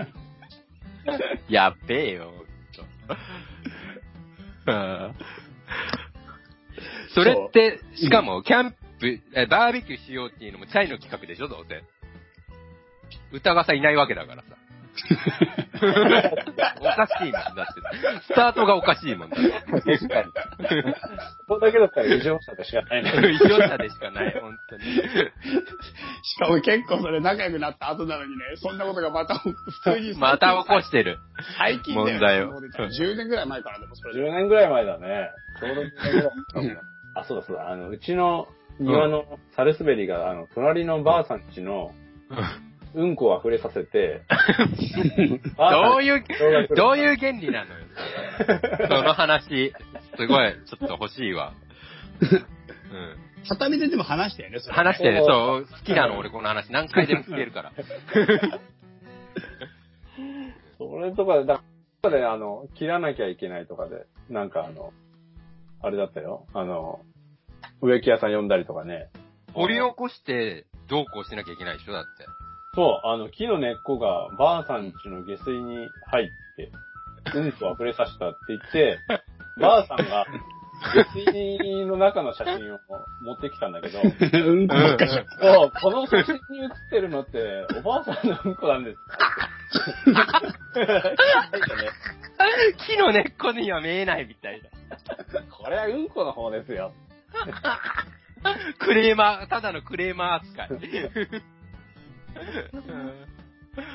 B: やっべえよ。それって、しかも、キャンプ、バーベキューしようっていうのもチャイの企画でしょ、どうせ。歌がさいないわけだからさ。おかしいもんだって。スタートがおかしいもんだって。
C: 確かに。それだけだったら異常者でしかないね。
B: 異常者でしかない、本当に。
A: しかも結構それ仲良くなった後なのにね、そんなことがまた普通に。
B: また起こしてる。
A: 最近
B: 問題を。
A: 10年ぐらい前からでもそれ。
C: 10年ぐらい前だね。ちょうど10年ぐらい。あ、そうだ。うちの庭のサルスベリが、隣のばあさんちの、うんこを溢れさせて、
B: どういう原理なのよ。その話、すごい、ちょっと欲しいわ。
A: 畳ででも話してよね、それ。
B: 話してね、そう、好きなの、俺この話。何回でも聞けるから。
C: それとかで、切らなきゃいけないとかで、なんかあれだったよ。植木屋さん呼んだりとかね。
B: 掘り起こして、どうこうしなきゃいけないでしょ、だって。
C: そう、木の根っこがばあさんちの下水に入って、うんこ溢れさせたって言って、ばあさんが下水の中の写真を持ってきたんだけど、
A: うんこばっかし。
C: そう、この写真に写ってるのって、おばあさんのうんこなんですか
B: 木の根っこには見えないみたいな。
C: これはうんこの方ですよ。
B: クレーマー、ただのクレーマー扱い。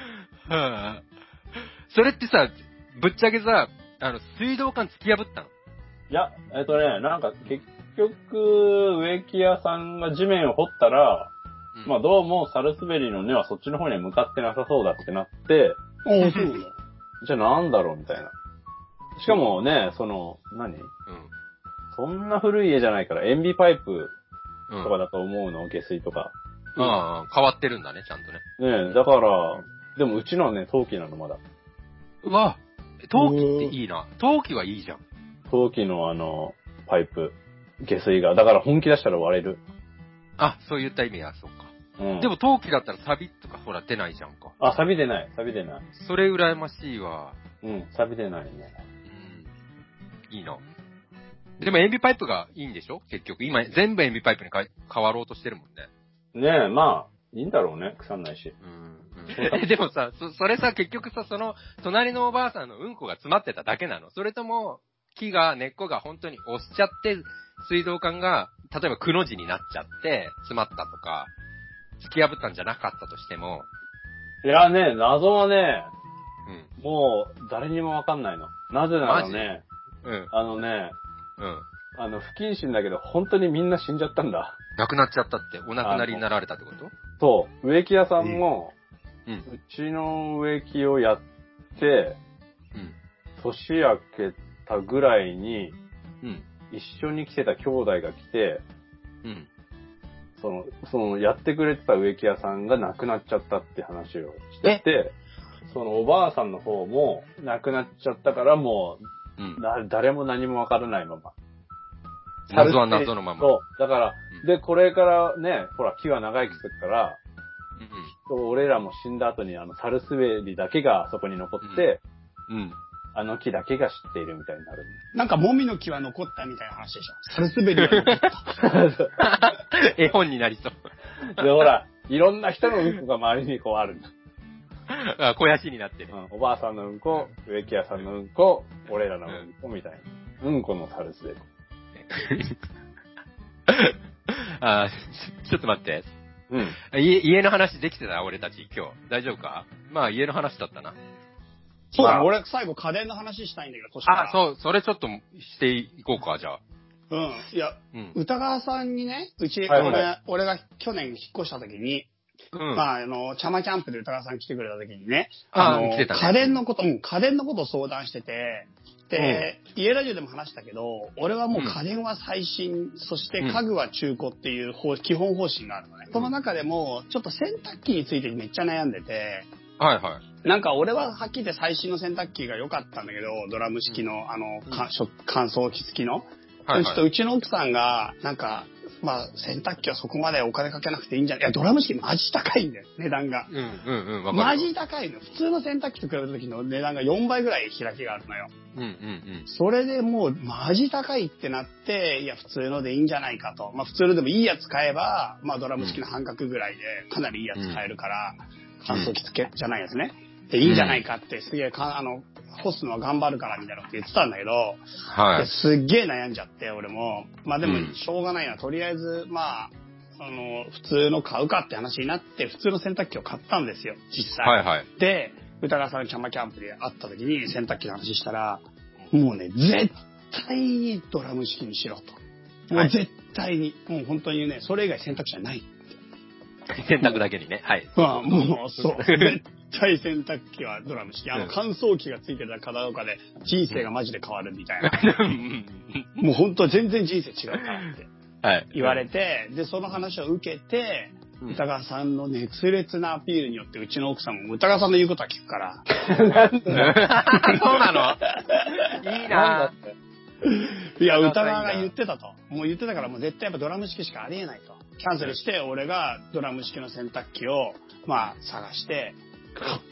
B: それってさ、ぶっちゃけさ、水道管突き破ったの？
C: いや、なんか結局、植木屋さんが地面を掘ったら、まあどうもサルスベリの根はそっちの方には向かってなさそうだってなって、
A: ああ、そうなの。
C: じゃあなんだろうみたいな。しかもね、何
B: うん。
C: そんな古い家じゃないから塩ビパイプとかだと思うの、下水とか。
B: ああ、変わってるんだね、ちゃんとね。
C: ねえ、だから、でもうちのはね、陶器なのまだ。
B: うわ、陶器っていいな。陶器はいいじゃん。
C: 陶器のパイプ、下水が。だから本気出したら割れる。
B: あ、そういった意味は、そうか。
C: うん。
B: でも陶器だったら錆とかほら出ないじゃんか。
C: あ、錆出ない。
B: それ羨ましいわ。
C: うん、錆出ないね。
B: うん。いいな。でも塩ビパイプがいいんでしょ結局。今全部塩ビパイプに変わろうとしてるもんね。
C: ねえ、まあ、いいんだろうね。腐んないし。
B: うん。でもさ、それさ、結局さ、隣のおばあさんのうんこが詰まってただけなの？それとも、根っこが本当に押しちゃって、水道管が、例えばくの字になっちゃって、詰まったとか、突き破ったんじゃなかったとしても。
C: いやね、謎はね、
B: うん。
C: もう、誰にもわかんないの。なぜならね、
B: うん。
C: 不謹慎だけど、本当にみんな死んじゃったんだ。
B: 亡くなっちゃったって、お亡くなりになられたってこと？
C: そう、植木屋さんも、
B: うん。
C: うちの植木をやって、
B: うん。
C: 年明けたぐらいに、
B: うん。
C: 一緒に来てた兄弟が来て、
B: うん。
C: やってくれてた植木屋さんが亡くなっちゃったって話をしてて、そのおばあさんの方も亡くなっちゃったからもう、
B: うん、
C: 誰も何もわからないまま。
B: 謎は謎のまま。
C: そう。だから、で、これからね、ほら、木は長生きするから、俺らも死んだ後にサルスベリだけがそこに残って、あの木だけが知っているみたいになる。
A: なんか、もみの木は残ったみたいな話でしょ。サルスベリは残った。
B: 絵本になりそう。
C: で、ほら、いろんな人のうんこが周りにこうあるんだ。
B: あ、肥やしになってる。
C: おばあさんのうんこ、植木屋さんのうんこ、俺らのうんこみたいな。うんこのサルスベリ。
B: ちょっと待って。
C: うん。
B: 家の話できてた俺たち今日。大丈夫か？まあ家の話だったな。
A: そうだ、俺最後家電の話したいんだけど、
B: そう、それちょっとしていこうか、じゃあ。
A: うん。いや、歌川さんにね、俺が去年引っ越した時に、まあ、チャマキャンプで歌川さん来てくれた時にね、家電のことを相談してて、で、家ラジオでも話したけど、俺はもう家電は最新、そして家具は中古っていう基本方針があるのね。その中でも、ちょっと洗濯機についてめっちゃ悩んでて、
B: はいはい。
A: なんか俺ははっきり言って最新の洗濯機が良かったんだけど、ドラム式の乾燥機付きの。ちょっとうちの奥さんが、なんか、まあ、洗濯機はそこまでお金かけなくていいんじゃない？いや、ドラム式マジ高いんだよ、値段が。マジ高いの。普通の洗濯機と比べた時の値段が4倍ぐらい開きがあるのよ。それでもう、マジ高いってなって、いや、普通のでいいんじゃないかと。まあ、普通のでもいいやつ買えば、まあ、ドラム式の半額ぐらいで、かなりいいやつ買えるから、乾燥機付けじゃないやつね。で、いいんじゃないかって、すげえ、干すのは頑張るからみたいなこと言ってたんだけど、
B: はい。
A: すっげえ悩んじゃって、俺も。まあでも、しょうがないな。とりあえず、まあ、普通の買うかって話になって、普通の洗濯機を買ったんですよ、実際。
B: はいはい。
A: で、歌川さんのキャンプで会った時に洗濯機の話したら、もうね、絶対にドラム式にしろと。もう絶対に、もう本当にね、それ以外選択肢はない。
B: 洗濯だけにね。はい。
A: もう、そう。絶対洗濯機はドラム式。乾燥機がついてたかどうかで人生がマジで変わるみたいな。もう本当全然人生違うからって言われて、で、その話を受けて、歌川さんの熱烈なアピールによってうちの奥さんも歌川さんの言うことは聞くから。
B: そうなの？いいなぁ。
A: いや、歌川が言ってたと。もう言ってたからもう絶対やっぱドラム式しかありえないと。キャンセルして、俺がドラム式の洗濯機を、まあ、探して、買った。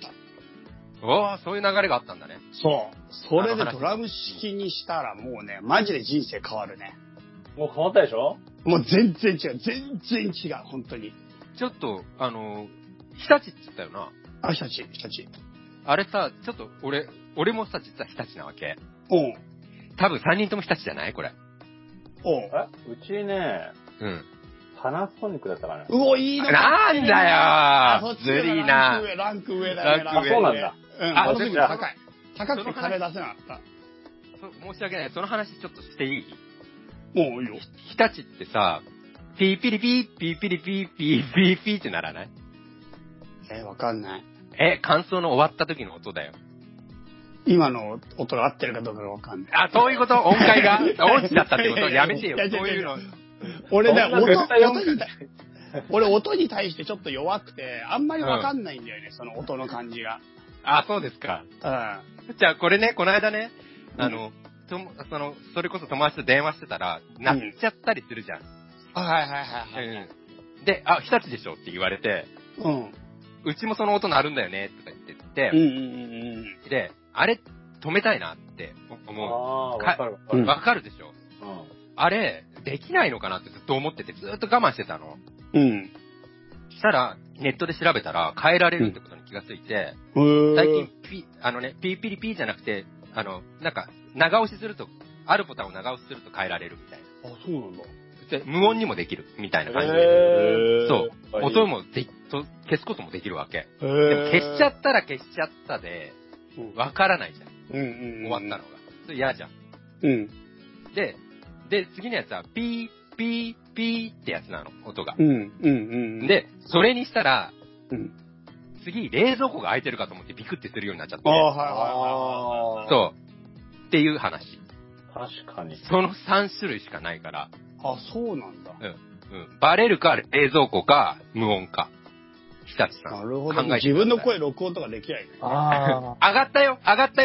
B: おー、そういう流れがあったんだね。
A: そう。それでドラム式にしたらもうね、マジで人生変わるね。
C: もう変わったでしょ？
A: もう全然違う。全然違う、本当に。
B: ちょっと、日立って言ったよな。
A: あ、日立。
B: あれさ、ちょっと俺もさ、実は日立なわけ。多分3人とも日立じゃないこれ。
C: うちね、パナソニックだったかな。
A: うお、いいの
B: なんだよずるいな。
A: ランク上だよね。
C: あ、そうなんだ。
A: パナソニック高い。高くて金出せなかった。
B: 申し訳ない。その話ちょっとしていい？
A: もういいよ。
B: 日立ってさ、ピーピリピー、ピーピリピー、ピーピリピーってならない？
A: わかんない。
B: 感想の終わった時の音だよ。
A: 今の音が合ってるかどうかがわかんない。
B: あ、そういうこと？音階が落ちちゃったってこと？やめてよ。そういうの。
A: 俺ね、音に対してちょっと弱くて、あんまりわかんないんだよね、その音の感じが。
B: あ、そうですか。じゃあこれね、この間ね、それこそ友達と電話してたら、鳴っちゃったりするじゃん。
A: はいはいはいはい。
B: で、日立でしょって言われて、うちもその音鳴るんだよね、とか言って、で、あれ、止めたいなって思う。わかるでしょ。あれ、できないのかなってずっと思ってて、ずっと我慢してたの。したら、ネットで調べたら、変えられるってことに気がついて、最近、ピーピリピーじゃなくて、なんか、長押しすると、あるボタンを長押しすると変えられるみたいな。
A: あ、そうなんだ。
B: で、無音にもできる、みたいな感じで。そう。音も消すこともできるわけ。でも消しちゃったら消しちゃったで、わからないじゃん。終わったのが。それ嫌じゃん。で、次のやつは、ピー、ピー、ピーってやつなの、音が。で、それにしたら、次、冷蔵庫が開いてるかと思ってビクってするようになっちゃって。そう。っていう話。
C: 確かに。
B: その3種類しかないから。
A: あ、そうなんだ。
B: バレるか、冷蔵庫か、無音か。日立さん。
A: なるほど。自分の声録音とかできないね。
B: 上がったよ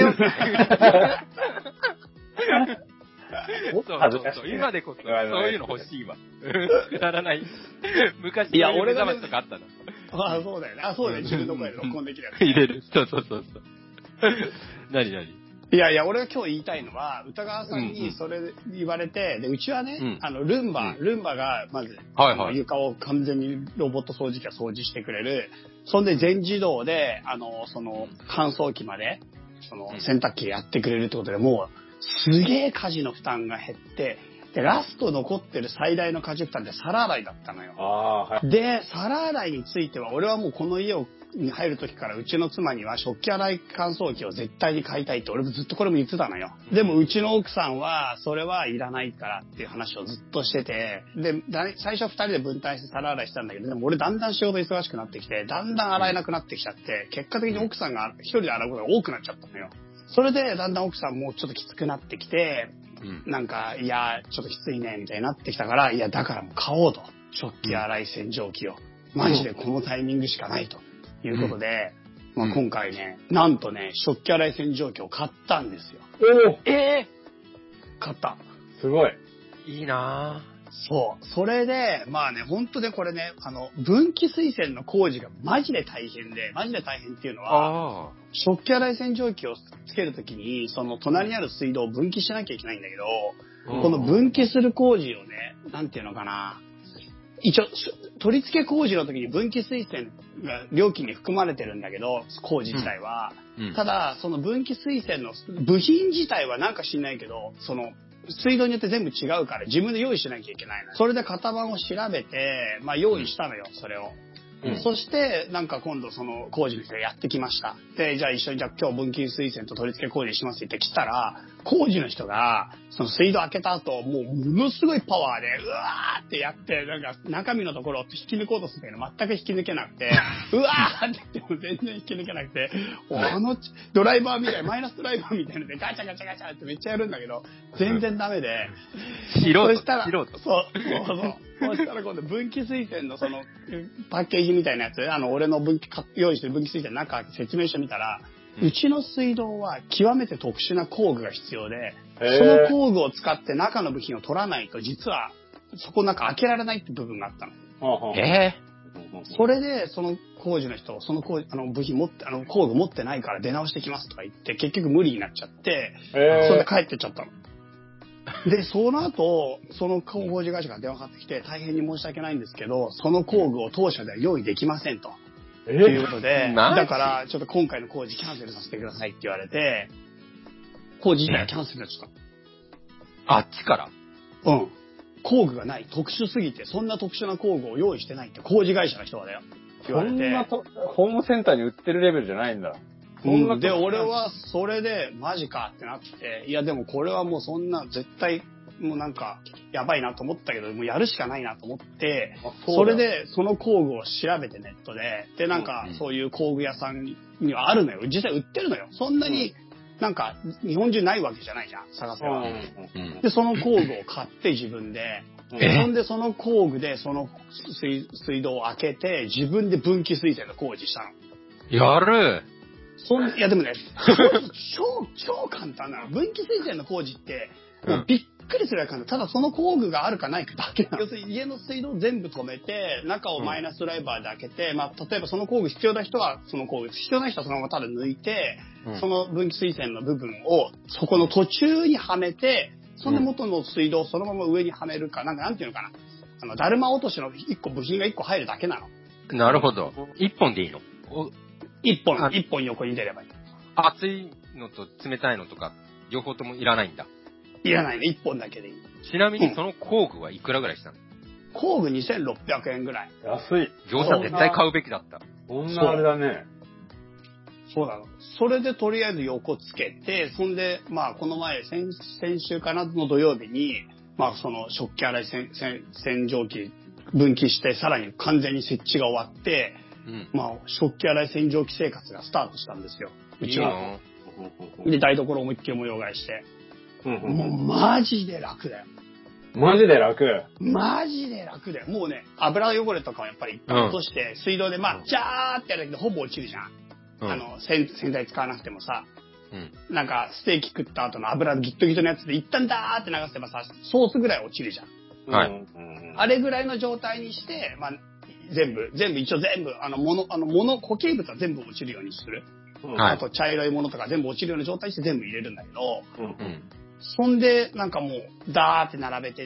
B: そう。今でこそ、そういうの欲しいわ。くだらない。昔、いや、俺がとかあったの。
A: ああ、そうだよね。あ、そうだよ。自分の声録音できるやつ。
B: 入れる。そう。何
A: いや、俺が今日言いたいのは、歌川さんにそれ言われて、で、うちはね、ルンバが、まず、床を完全にロボット掃除機が掃除してくれる。そんで全自動で、乾燥機まで、洗濯機やってくれるってことで、もう、すげえ家事の負担が減って、で、ラスト残ってる最大の家事負担って皿洗いだったのよ。で、皿洗いについては、俺はもうこの家に入る時からうちの妻には食器洗い乾燥機を絶対に買いたいって俺もずっとこれも言ってたのよ。でもうちの奥さんはそれはいらないからっていう話をずっとしてて、で、最初2人で分担して皿洗いしたんだけど、でも俺だんだん仕事忙しくなってきて、だんだん洗えなくなってきちゃって、結果的に奥さんが一人で洗うことが多くなっちゃったのよ。それでだんだん奥さんもちょっときつくなってきて、なんか、いや、ちょっときついね、みたいになってきたから、いや、だからもう買おうと。食器洗い洗浄機を。マジでこのタイミングしかないということで、今回ね、なんとね、食器洗い洗浄機を買ったんですよ。買った。
C: すごい。
B: いいなぁ。
A: そう。それで、まあね、本当でこれね、分岐水栓の工事がマジで大変っていうのは、食器洗い洗浄機をつけるときに、その隣にある水道を分岐しなきゃいけないんだけど、この分岐する工事をね、なんていうのかな、一応、取り付け工事の時に分岐水栓が料金に含まれてるんだけど、工事自体は。ただ、その分岐水栓の部品自体はなんか知んないけど、水道によって全部違うから自分で用意しなきゃいけないの。それで型番を調べて、まあ用意したのよ、それを。そして、なんか今度その工事の人がやってきました。で、じゃあ一緒に今日分岐水栓と取り付け工事しますって言って来たら、工事の人が、その水道開けた後、もうものすごいパワーで、うわーってやって、なんか中身のところを引き抜こうとするんだけど、全く引き抜けなくて、うわーって言っても全然引き抜けなくて、ドライバーみたいな、マイナスドライバーみたいなのでガチャガチャガチャってめっちゃやるんだけど、全然ダメで。
B: 素人。
A: そしたら今度分岐水栓のそのパッケージみたいなやつ、俺の用意してる分岐水栓の中説明書見たら、うちの水道は極めて特殊な工具が必要で、その工具を使って中の部品を取らないと実はそこなんか開けられないって部分があったの。それでその工事の人、その部品工具持ってないから出直してきますとか言って結局無理になっちゃって、それで帰ってっちゃったの。で、その後、その工事会社から電話かかってきて、大変に申し訳ないんですけど、その工具を当社では用意できませんと。ということで、だから、ちょっと今回の工事キャンセルさせてくださいって言われて、工事自体キャンセルになっちゃった。
B: あっちから
A: 工具がない。特殊すぎて、そんな特殊な工具を用意してないって工事会社の人がだよ。言われて。
C: そんなホームセンターに売ってるレベルじゃないんだ。
A: で、俺はそれでマジかってなって、いやでもこれはもうそんな絶対もうなんかやばいなと思ったけど、もうやるしかないなと思って、それでその工具を調べてネットで、でなんかそういう工具屋さんにはあるのよ。実際売ってるのよ。そんなになんか日本中ないわけじゃないじゃん、探せば。で、その工具を買って自分で、そんでその工具でその水道を開けて自分で分岐水栓の工事したの。
B: やる。
A: いやでもね、超簡単なの。分岐水栓の工事って、もうびっくりするぐらい簡単。ただその工具があるかないかだけなの。要するに家の水道を全部止めて、中をマイナスドライバーで開けて、まあ例えばその工具必要な人はその工具、必要ない人はそのままただ抜いて、その分岐水栓の部分をそこの途中にはめて、その元の水道をそのまま上にはめるか、なんていうのかな。だるま落としの部品が1個入るだけなの。
B: なるほど。1本でいいの
A: 一本横に出ればいい。
B: 熱いのと冷たいのとか、両方ともいらないんだ。
A: いらないね。一本だけでいい。
B: ちなみにその工具はいくらぐらいしたの？
A: 工具2600円ぐらい。
C: 安い。
B: 業者絶対買うべきだった。
C: そんなあれだね。
A: そうなの。それでとりあえず横つけて、そんで、まあこの前、先週かなの土曜日に、まあその食器洗い洗浄機分岐して、さらに完全に設置が終わって、まあ食器洗い洗浄機生活がスタートしたんですよ。うちは。で、台所思いっきり模様替えして。もうマジで楽だよ。
C: マジで楽。
A: マジで楽だよ。もうね、油汚れとかをやっぱり一旦落として、水道でまあ、ジャーってやるだけでほぼ落ちるじゃん。洗剤使わなくてもさ。なんか、ステーキ食った後の油ギットギトのやつで一旦ダーって流せばさ、ソースぐらい落ちるじゃん。
B: はい。
A: あれぐらいの状態にして、まあ、一応全部、固形物は全部落ちるようにする。あと、茶色いものとか全部落ちるような状態にして全部入れるんだけど、そんで、なんかもう、ダーって並べてって、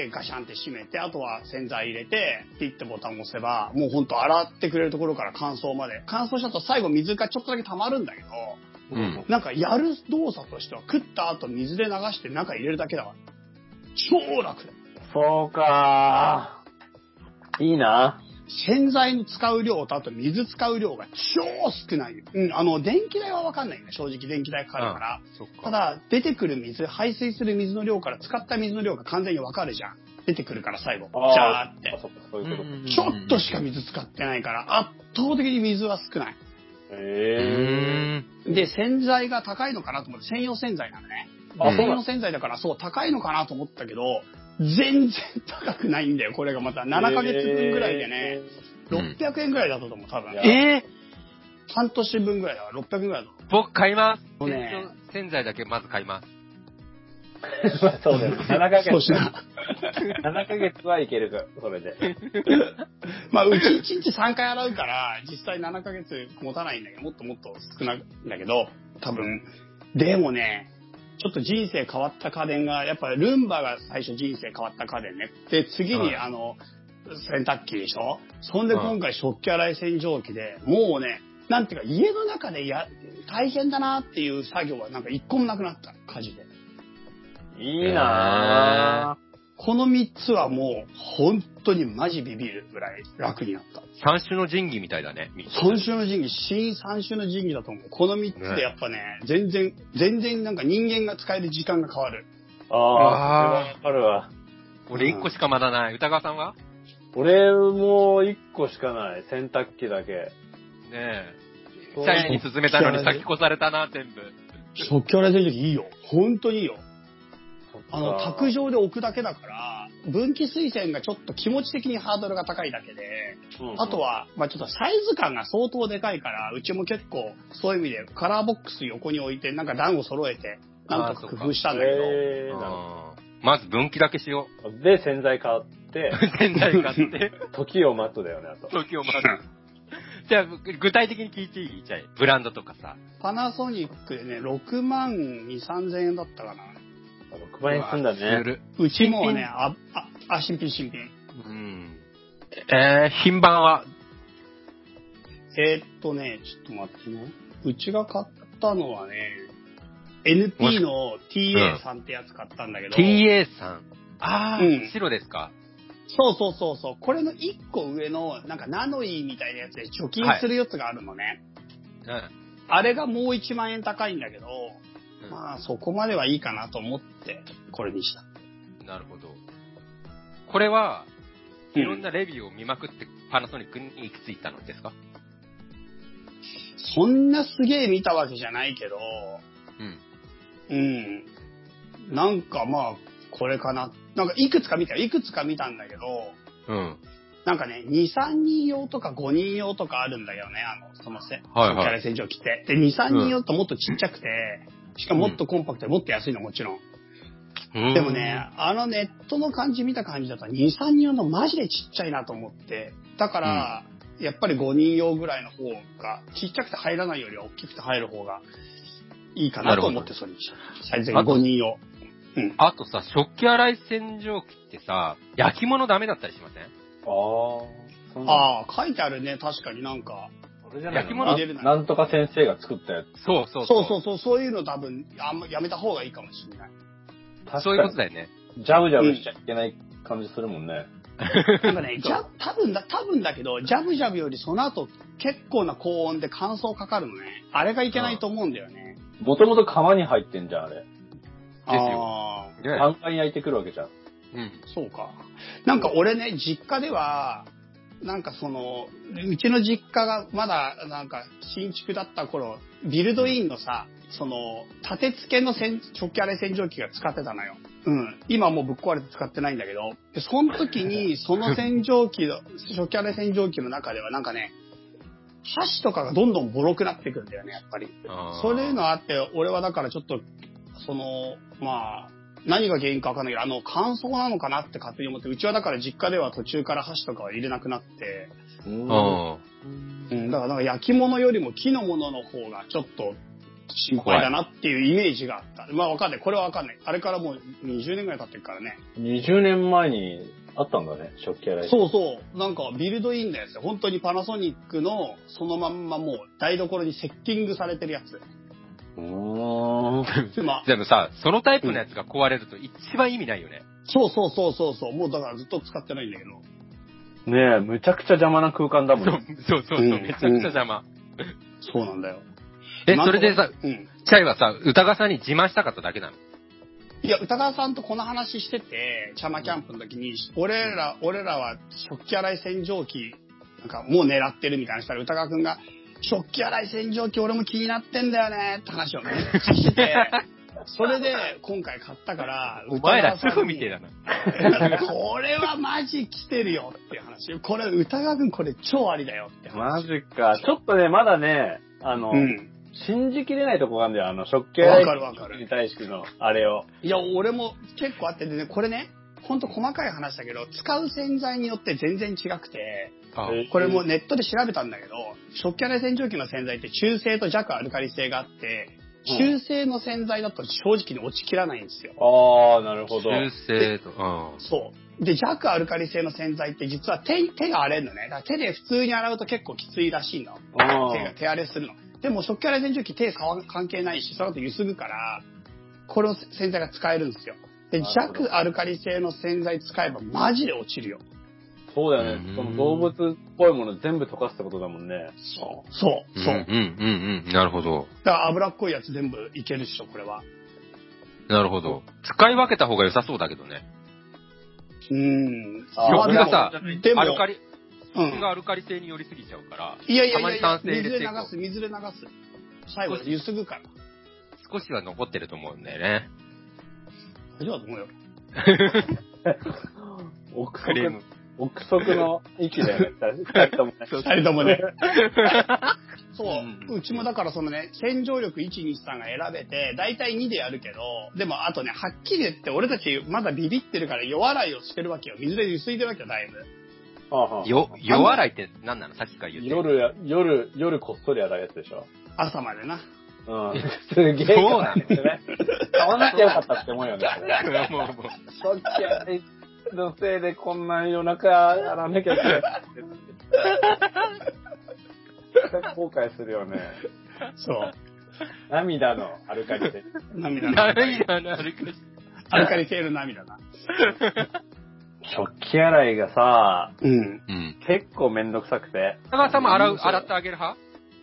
A: ガシャンって閉めて、あとは洗剤入れて、ピッてボタンを押せば、もうほんと洗ってくれるところから乾燥まで。乾燥したと最後水がちょっとだけ溜まるんだけど、なんかやる動作としては、食った後水で流して中入れるだけだから。超楽だよ。
C: そうかー。いいな。
A: 洗剤の使う量とあと水使う量が超少ないよ。電気代はわかんないよね。正直電気代かかるから。ただ、出てくる水、排水する水の量から使った水の量が完全にわかるじゃん。出てくるから最後。ジャーって。ちょっとしか水使ってないから、圧倒的に水は少ない。で、洗剤が高いのかなと思って、専用洗剤なのね。専用洗剤だからそう高いのかなと思ったけど、全然高くないんだよ。これがまた7ヶ月分ぐらいでね、600円ぐらいだったと思う、多分。半年分ぐらいだから600円ぐらいだと思う。
B: 僕買います。洗剤だけまず買います。
C: そうだよ。7ヶ月。7ヶ月はいけるか、それで。
A: まあ、うち1日3回洗うから、実際7ヶ月持たないんだけど、もっともっと少ないんだけど、多分。でもね、ちょっと人生変わった家電が、やっぱりルンバが最初人生変わった家電ね。で、次に洗濯機でしょ。そんで今回食器洗い洗浄機で、もうね、なんていうか家の中で大変だなっていう作業はなんか一個もなくなった。家事で。
C: いいなぁ。
A: この3つはもう本当にマジビビるぐらい楽になった。
B: 三種の神器みたいだね。
A: 三種の神器、新三種の神器だと思う。この3つでやっぱね、全然なんか人間が使える時間が変わる。
C: わかるわ。
B: 俺1個しかまだない。歌川さんは？
C: 俺も1個しかない。洗濯機だけ。
B: ねえ。チャイに勧めたのに先越されたな、全部。
A: 食器洗い洗浄機いいよ。本当にいいよ。卓上で置くだけだから、分岐水栓がちょっと気持ち的にハードルが高いだけで、あとは、まあちょっとサイズ感が相当でかいから、うちも結構そういう意味でカラーボックス横に置いて、なんか段を揃えて、なんとか工夫したんだけど。
B: まず分岐だけしよ
C: う。で、洗剤買って、
B: 洗剤買って、
C: 時を待つだよね、あと。
B: 時を待つ。じゃあ、具体的に聞いていい？じゃあ、ブランドとかさ。
A: パナソニックでね、6万2、3000円だったかな。
C: 6万円すんだね。
A: うちもね、新品。
B: 品番は
A: ちょっと待ってね。うちが買ったのはね、NP の TA さんってやつ買ったんだけど。
B: TA さん。白ですか？
A: そう。これの1個上の、なんかナノイーみたいなやつで除菌するやつがあるのね。 あれがもう1万円高いんだけど、まあそこまではいいかなと思ってこれにした。
B: なるほど。これは、いろんなレビューを見まくってパナソニックに行き着いたのですか？
A: そんなすげえ見たわけじゃないけど、なんかまあ、これかな。なんかいくつか見たんだけど、なんかね、2、3人用とか5人用とかあるんだよね、その食器洗い洗浄機って。で、2、3人用ってもっとちっちゃくて、しかももっとコンパクトでもっと安いのもちろん。でもね、ネットの感じ見た感じだと2、3人用のマジでちっちゃいなと思って。だから、やっぱり5人用ぐらいの方が、ちっちゃくて入らないよりは大きくて入る方がいいかなと思ってそれにした。サイズが5人用。
B: あとさ、食器洗い洗浄機ってさ、焼き物ダメだったりしません？
A: 書いてあるね、確かになんか。
C: 焼き物入れるなんとか先生が作ったやつ。
A: そういうの多分、やめた方がいいかもしれない。
B: そういうことだよね。
C: ジャブジャブしちゃいけない感じするもんね。
A: なんかね、多分だけど、ジャブジャブよりその後結構な高温で乾燥かかるのね。あれがいけないと思うんだよね。
C: もともと皮に入ってんじゃん、あれ。
B: ですよ。
C: ガンガン焼いてくるわけじゃん。
A: そうか。なんか俺ね、実家では、なんかうちの実家がまだなんか新築だった頃、ビルドインのさ、立て付けの食器洗い洗浄機が使ってたのよ。今もうぶっ壊れて使ってないんだけど、でその時にその食器洗い洗浄機の中ではなんかね、箸とかがどんどんボロくなってくんだよね、やっぱり。そういうのあって、俺はだからちょっと、まあ、何が原因かわかんないけど、乾燥なのかなって勝手に思って、うちはだから実家では途中から箸とかは入れなくなって、だからなんか焼き物よりも木のものの方がちょっと心配だなっていうイメージがあった。まあわかんない。これはわかんない。あれからもう20年ぐらい経ってるからね。
C: 20年前にあったんだね、食器洗い。
A: そうそう。なんかビルドインのやつ。本当にパナソニックのそのまんまもう台所にセッティングされてるやつ。
B: でもさ、そのタイプのやつが壊れると一番意味ないよね。
A: そう。もうだからずっと使ってないんだけど。
C: ねえ、むちゃくちゃ邪魔な空間だもん。
B: そう、めちゃくちゃ邪魔。
A: そうなんだよ。
B: それでさ、チャイはさ、歌川さんに自慢したかっただけなの？
A: いや、歌川さんとこの話してて、チャマキャンプの時に、俺らは食器洗い洗浄機、なんかもう狙ってるみたいなしたら、歌川くんが、食器洗い洗浄機俺も気になってんだよねって話をめっちゃしてて、それで今回買ったから、
B: お前らすぐ見てだな。
A: これはマジ来てるよっていう話。これ、歌川くんこれ超ありだよって話。
C: マジか。ちょっとね、まだね、信じきれないとこがあるんだよ、食器洗いに対しての、あれを。
A: いや、俺も結構あってね、これね、ほんと細かい話だけど、使う洗剤によって全然違くて、これもネットで調べたんだけど、食器洗い洗浄機の洗剤って中性と弱アルカリ性があって、中性の洗剤だと正直に落ちきらないんですよ。
C: ああ、なるほど。
B: 中性と、
A: そう。で、弱アルカリ性の洗剤って実は手が荒れるのね。だから手で普通に洗うと結構きついらしいの。手荒れするの。でも食器洗い洗浄機手関係ないし、その後ゆすぐから、この洗剤が使えるんですよ。で、弱アルカリ性の洗剤使えばマジで落ちるよ。
C: そうだよね。その動物っぽいもの全部溶かすってことだもんね。
A: そう。
B: なるほど。
A: だから脂っこいやつ全部いけるっしょ、これは。
B: なるほど。使い分けた方が良さそうだけどね。
A: 僕
B: がさ、
A: でも
B: アルカリ性に寄りすぎちゃうから、
A: いや、
B: 水で流
A: す。最後ゆすぐから。
B: 少しは残ってると思うんだよね。
A: 大丈夫だと思うよ。
C: 憶測の域だよね、二人ともね。
A: そう。うちもだから洗浄力1、2、3が選べて、だいたい2でやるけど、でもあとね、はっきり言って俺たちまだビビってるから弱洗いをしてるわけよ。水でゆすいでるわけよ、だいぶ。
B: 弱洗いって何なの？さっきから言ってる。
C: 夜こっそり洗うやつでしょ？
A: 朝までな。
C: すげえ。そうなんですね。買わなきゃよかったって思うよね。もう。食器洗いのせいでこんな夜中洗わなきゃいけない。後悔するよね。
A: そう。
C: 涙のアルカリ性。
A: 涙のアルカリ性の涙な。
C: 食器洗いがさ、結構めんどくさくて。
B: 高橋さんも洗ってあげる派？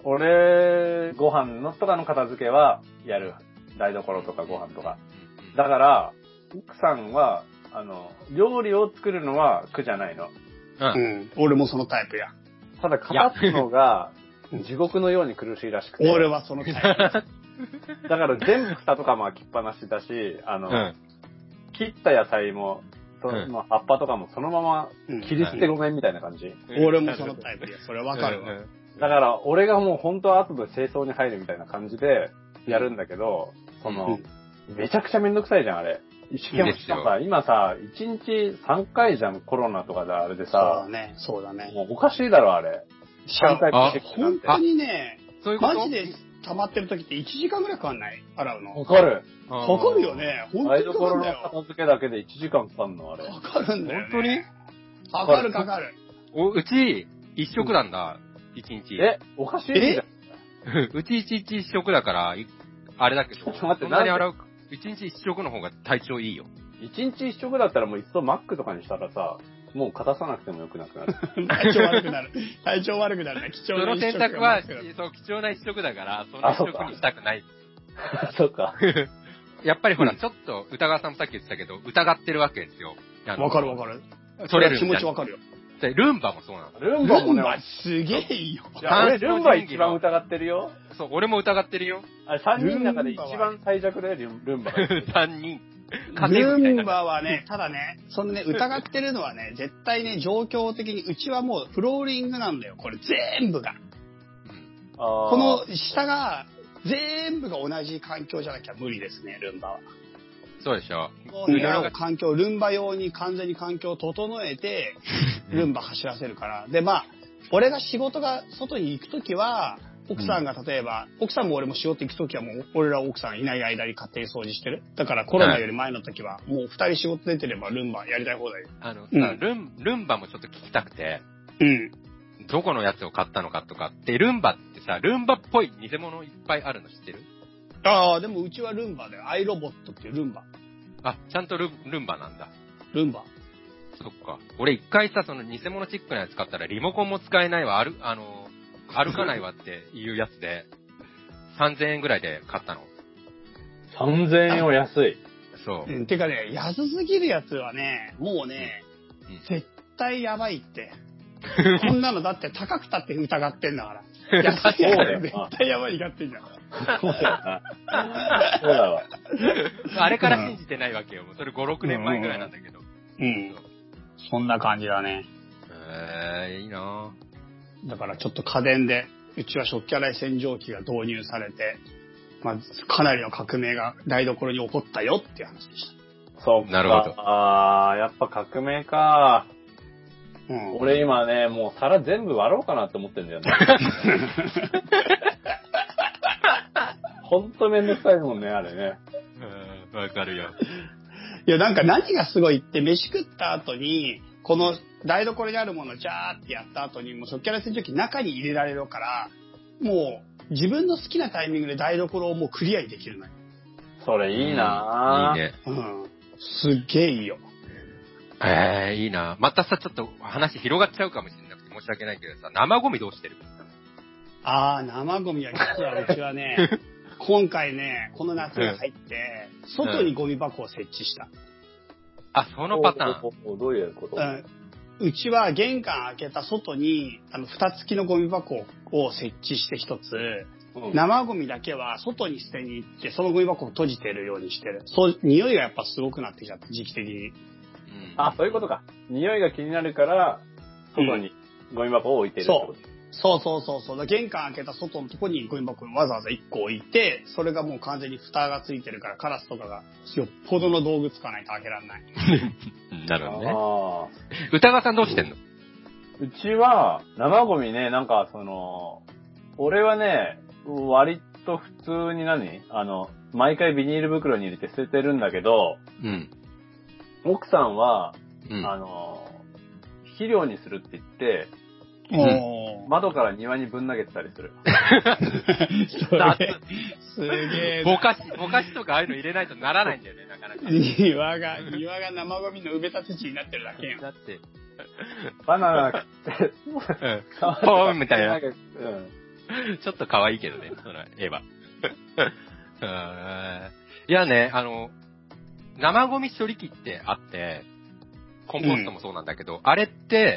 C: 俺、ご飯のとかの片付けはやる。台所とかご飯とか。だから、奥さんは、料理を作るのは苦じゃないの。
B: うん。
A: 俺もそのタイプや。
C: ただ、片付くのが、地獄のように苦しいらしくて。
A: 俺はそのタイプ。
C: だから全部蓋とかも開きっぱなしだし、切った野菜も、葉っぱとかもそのまま切り捨てごめんみたいな感じ。
A: 俺もそのタイプや。それわかるわ。
C: だから、俺がもう本当は後で清掃に入るみたいな感じでやるんだけど、めちゃくちゃめんどくさいじゃん、あれ。しかもさ、今さ、1日3回じゃん、コロナとかであれでさ。
A: そうだね。
C: もうおかしいだろ、あれ。
A: 3回本当にね、マジで溜まってる時って1時間ぐらいかかんない？洗うの。
C: かかる。
A: かかるよね。本当にかかるんだよ。
C: 片付けだけで1時間かかるの、あれ。
A: かかるんだよ、ね。
B: 本当に
A: かかる。
B: うち、一食なんだ、1日。
C: おかしいじゃん。
B: うち1日1食だから、あれだけど、
C: ちょっと待って、
B: そんなに洗う、1日1食の方が体調いいよ。
C: 1日1食だったらもういっそマックとかにしたらさ、もう片さなくてもよくなくなる。
A: 体調悪くなる。体調悪くなるね。貴重な一食。
B: その選択は、そう、貴重な一食だから、その一食にしたくない。
C: そうか。
B: やっぱりほら、ちょっと、歌川さんもさっき言ってたけど、疑ってるわけですよ。
A: わかるわかる。
B: それ
A: 気持ちわかるよ。
B: ルンバもそうなの。
C: ルンバもね、
A: すげえいいよ。
C: 俺、ルンバ一番疑ってるよ。
B: そう、俺も疑ってるよ。
C: あれ、3人の中で一番最弱だよ、ルンバ。
B: 3人。
A: ルンバはね、ただね、そのね、疑ってるのはね、絶対ね、状況的に、うちはもうフローリングなんだよ、これ全部が。この下が、全部が同じ環境じゃなきゃ無理ですね、ルンバは。
B: そうでしょ。
A: 部屋の環境、ルンバ用に完全に環境を整えて、ルンバ走らせるから。で、まあ、俺が仕事が外に行くときは、奥さんが例えば、奥さんも俺も仕事行くときはもう、俺ら奥さんいない間に家庭掃除してる。だからコロナより前のときは、もう2人仕事出てればルンバやりたい放題。
B: ルンバもちょっと聞きたくて、
A: うん。
B: どこのやつを買ったのかとかって、ルンバってさ、ルンバっぽい偽物いっぱいあるの知ってる？
A: ああ、でもうちはルンバだよ。アイロボットっていうルンバ。
B: あ、ちゃんとルンバなんだ。
A: ルンバ。
B: そっか。俺一回さ、その偽物チックなやつ買ったらリモコンも使えないわ、歩かないわっていうやつで、3000円ぐらいで買ったの。
C: 3000円は安い。
B: そう。
A: てかね、安すぎるやつはね、もうね、絶対やばいって。こんなのだって高くたって疑ってんだから。安いやつは絶対やばいに買ってんじゃん。
C: そうだわ。
B: あれから信じてないわけよ。それ5、6年前ぐらいなんだけど。
A: うん。そんな感じだね。
B: いいな
A: ぁ。だからちょっと家電で、うちは食器洗い洗浄機が導入されて、まあ、かなりの革命が台所に起こったよっていう話でした。
C: そうか。
B: なるほど。
C: ああ、やっぱ革命か。
A: うん、
C: 俺今ね、もう皿全部割ろうかなって思ってんだよね。ほんとめんどくさいもんね、あれね。
B: わかるよ。
A: いや、なんか何がすごいって、飯食った後に、この台所にあるものをジャーってやった後に、もう食器洗い洗浄機中に入れられるから、もう自分の好きなタイミングで台所をもうクリアにできるのよ。
C: それいいなぁ。
B: いいね。
A: うん。すっげえいいよ。
B: いいな。またさ、ちょっと話広がっちゃうかもしれなくて申し訳ないけどさ、生ゴミどうしてる？
A: ああ、生ゴミは実はうちはね、今回ね、この夏に入って、外にゴミ箱を設置した。
B: あ、そのパターン。
C: どういうこと？
A: うちは玄関開けた外に、蓋付きのゴミ箱を設置して一つ、生ゴミだけは外に捨てに行って、そのゴミ箱を閉じてるようにしてる。そう、匂いがやっぱすごくなってきちゃった、時期的に。
C: あ、そういうことか。匂いが気になるから、外にゴミ箱を置いてるってこと。
A: そう。玄関開けた外のとこにゴミ箱をわざわざ1個置いて、それがもう完全に蓋がついてるからカラスとかがよっぽどの道具使わないと開けられない。
B: なるほどね。歌川さんどうしてんの？
C: うちは生ゴミね、なんか俺はね、割と普通に毎回ビニール袋に入れて捨ててるんだけど、奥さんは、肥料にするって言って、窓から庭にぶん投げてたりする。
A: すげえ。
B: ぼかしとかああいうの入れないとならないんだよね、なかなか。
A: 庭が生ゴミの埋め立て地になってるだけやん。
B: だって。
C: バナナ食って、
B: ポーンみたいな。 ちょっと可愛いけどね、その絵は。いやね、生ゴミ処理機ってあって、コンポストもそうなんだけど、あれって、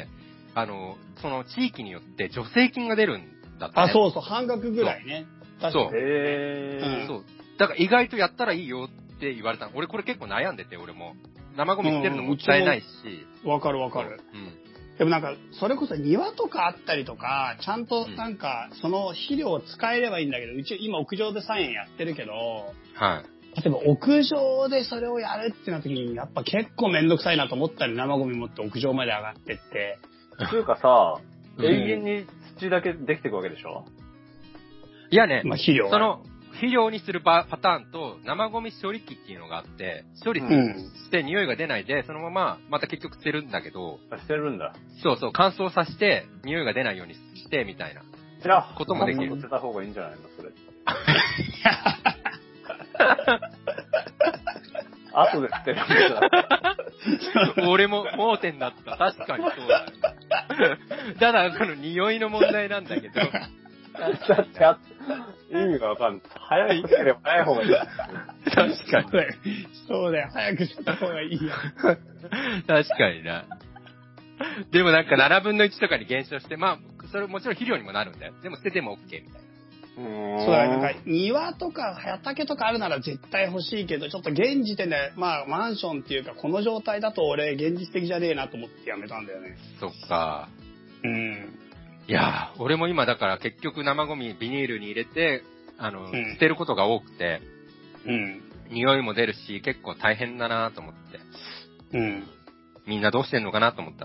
B: その地域によって助成金が出るんだって、ね。
A: そうそう、半額ぐらいね。
B: そう。
A: そう。
B: そう。だから意外とやったらいいよって言われたの。俺これ結構悩んでて、俺も。生ゴミ捨てるのもったいないし。
A: わかる。でもなんか、それこそ庭とかあったりとか、ちゃんとなんか、その肥料を使えればいいんだけど、うち今屋上で菜園やってるけど、
B: はい。
A: 例えば屋上でそれをやるってなった時に、やっぱ結構めんどくさいなと思ったり、生ゴミ持って屋上まで上がってって。
C: というかさ、永遠に土だけできていくわけでしょ？
B: いやね、
A: まあ、肥料。
B: その、肥料にするパターンと生ゴミ処理機っていうのがあって、処理して匂いが出ないで、そのまままた結局捨てるんだけど、
C: 捨てるんだ。
B: そうそう、乾燥させて匂いが出ないようにして、みたいな。
C: じゃあ、
B: こともできる。
C: 捨てた方がいいんじゃないのそれ。後で捨てるんだ。
B: 俺も盲点だった。確かにそうだ、ね。ただ、この匂いの問題なんだけど。だ
C: って意味がわかんない。早いければ早い方がいい。
B: 確かに。
A: そうだよ。早くした方がいいよ。
B: 確かにな。でもなんか7分の1とかに減少して、まあ、それもちろん肥料にもなるんだよ。でも捨てても OK みたいな。
A: そうだね。なんか庭とか畑とかあるなら絶対欲しいけど、ちょっと現時点で、まあマンションっていうかこの状態だと俺現実的じゃねえなと思ってやめたんだよね。
B: そっか。
A: うん。
B: いやー、俺も今だから結局生ゴミビニールに入れて、捨てることが多くて、匂いも出るし、結構大変だなと思って。みんなどうしてんのかなと思った。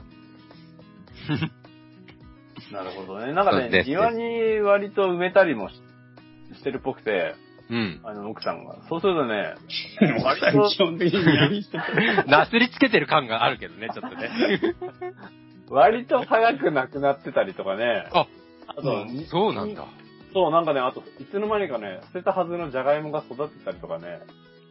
C: なるほどね。なんかね、庭に割と埋めたりもしてるっぽくて、奥さんが。そうするとね、
A: 割と基本的に庭にして
B: る。なすりつけてる感があるけどね、ちょっとね。
C: 割と早くなくなってたりとかね。
B: あと、そうなんだ。
C: そう、なんかね、あと、いつの間にかね、捨てたはずのジャガイモが育ってたりとかね。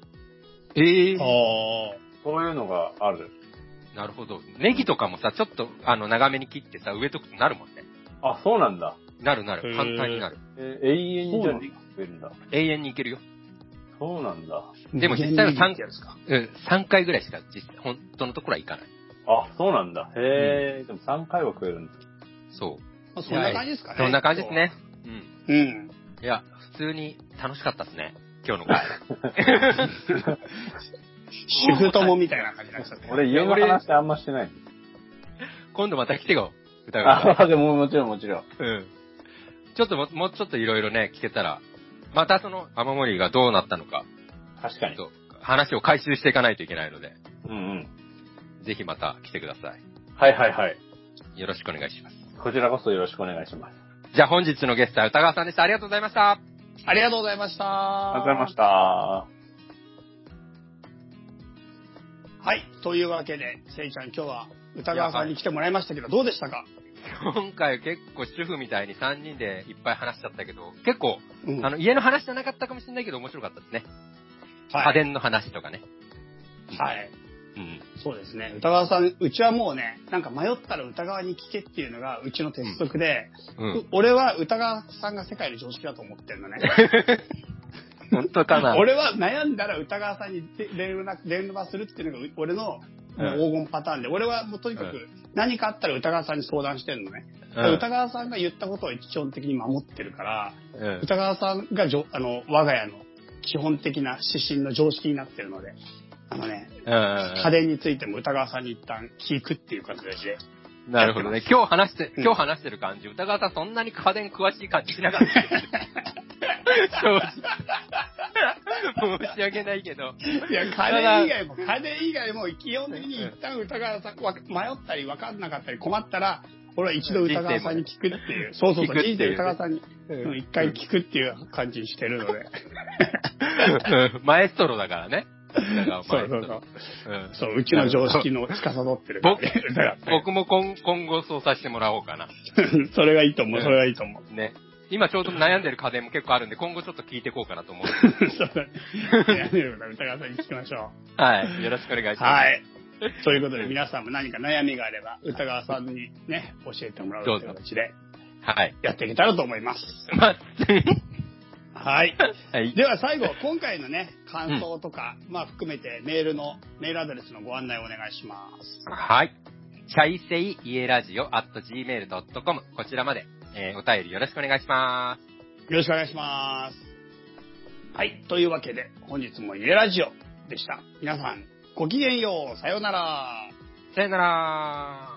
C: そういうのがある。
B: なるほど。ネギとかもさ、ちょっと、長めに切ってさ、植えとくとなるもんね。
C: あ、そうなんだ。
B: なる。簡単になる。
C: 永遠にじゃあネギ植えるんだ。
B: 永遠にいけるよ。
C: そうなんだ。
B: でも実際は3回ぐらいしか、本当のところはいかない。
C: あ、そうなんだ。へえ、でも3回は食えるんだ。
B: そう。
A: そんな感じですかね。
B: そんな感じですね。いや、普通に楽しかったですね。今日の回。
A: シフトもみたいな感じになっちゃった。
C: 俺家の話あんましてない。
B: 今度また来てよ。
C: でももちろん。
B: ちょっともうちょっといろいろね、聞けたら、またその雨漏りがどうなったのか。
C: 確かに。
B: 話を回収していかないといけないので。
C: うん
B: ぜひまた来てください。
C: はい。
B: よろしくお願いします。
C: こちらこそよろしくお願いします。
B: じゃあ本日のゲストは歌川さんでした。ありがとうございました。
A: ありがとうございました。
C: ありがとうございました。はい。
A: というわけで、せいちゃん今日は歌川さんに来てもらいましたけど、どうでしたか？
B: 今回結構主婦みたいに3人でいっぱい話しちゃったけど、結構、家の話じゃなかったかもしれないけど面白かったですね。家電の話とかね。
A: はい。そうですね。歌川さん、うちはもうね、なんか迷ったら歌川に聞けっていうのがうちの鉄則で、俺は歌川さんが世界の常識だと思ってるのね。
B: 本当かな？
A: 俺は悩んだら歌川さんに電話するっていうのが俺の黄金パターンで、俺はもうとにかく何かあったら歌川さんに相談してるのね。歌川さんが言ったことを基本的に守ってるから、歌川さんが我が家の基本的な指針の常識になってるので、家電についても歌川さんに一旦聞くっていう形で。
B: なるほどね。今日話してる感じ、歌川さんそんなに家電詳しい感じしなかった。正直。申し訳ないけど。
A: いや、家電以外も基本的に一旦歌川さん、迷ったり分かんなかったり困ったら、俺は一度歌川さんに聞くっていう。そう、人生歌川さんに一回聞くっていう感じにしてるので。
B: マエストロだからね。
A: そう、うちの常識の司ってるから。
B: 僕も今後そうさせてもらおうかな。
A: それがいいと思う。
B: ね。今ちょうど悩んでる家電も結構あるんで、今後ちょっと聞いていこうかなと思う。
A: そうだね。悩んでる歌川さんに聞きましょ
B: う。はい。よろしくお願いします。
A: はい。ということで皆さんも何か悩みがあれば、歌川さんにね、教えてもらうという形で。
B: はい。
A: やっていけたらと思います。
B: ま
A: はい。
B: はい。
A: では最後、今回のね、感想とか、含めてメールアドレスのご案内をお願いします。
B: はい。チャイセイ家ラジオ @gmail.com こちらまで、お便りよろしくお願いします。
A: よろしくお願いします。はい。というわけで、本日も家ラジオでした。皆さん、ごきげんよう。さようなら。
B: さよなら。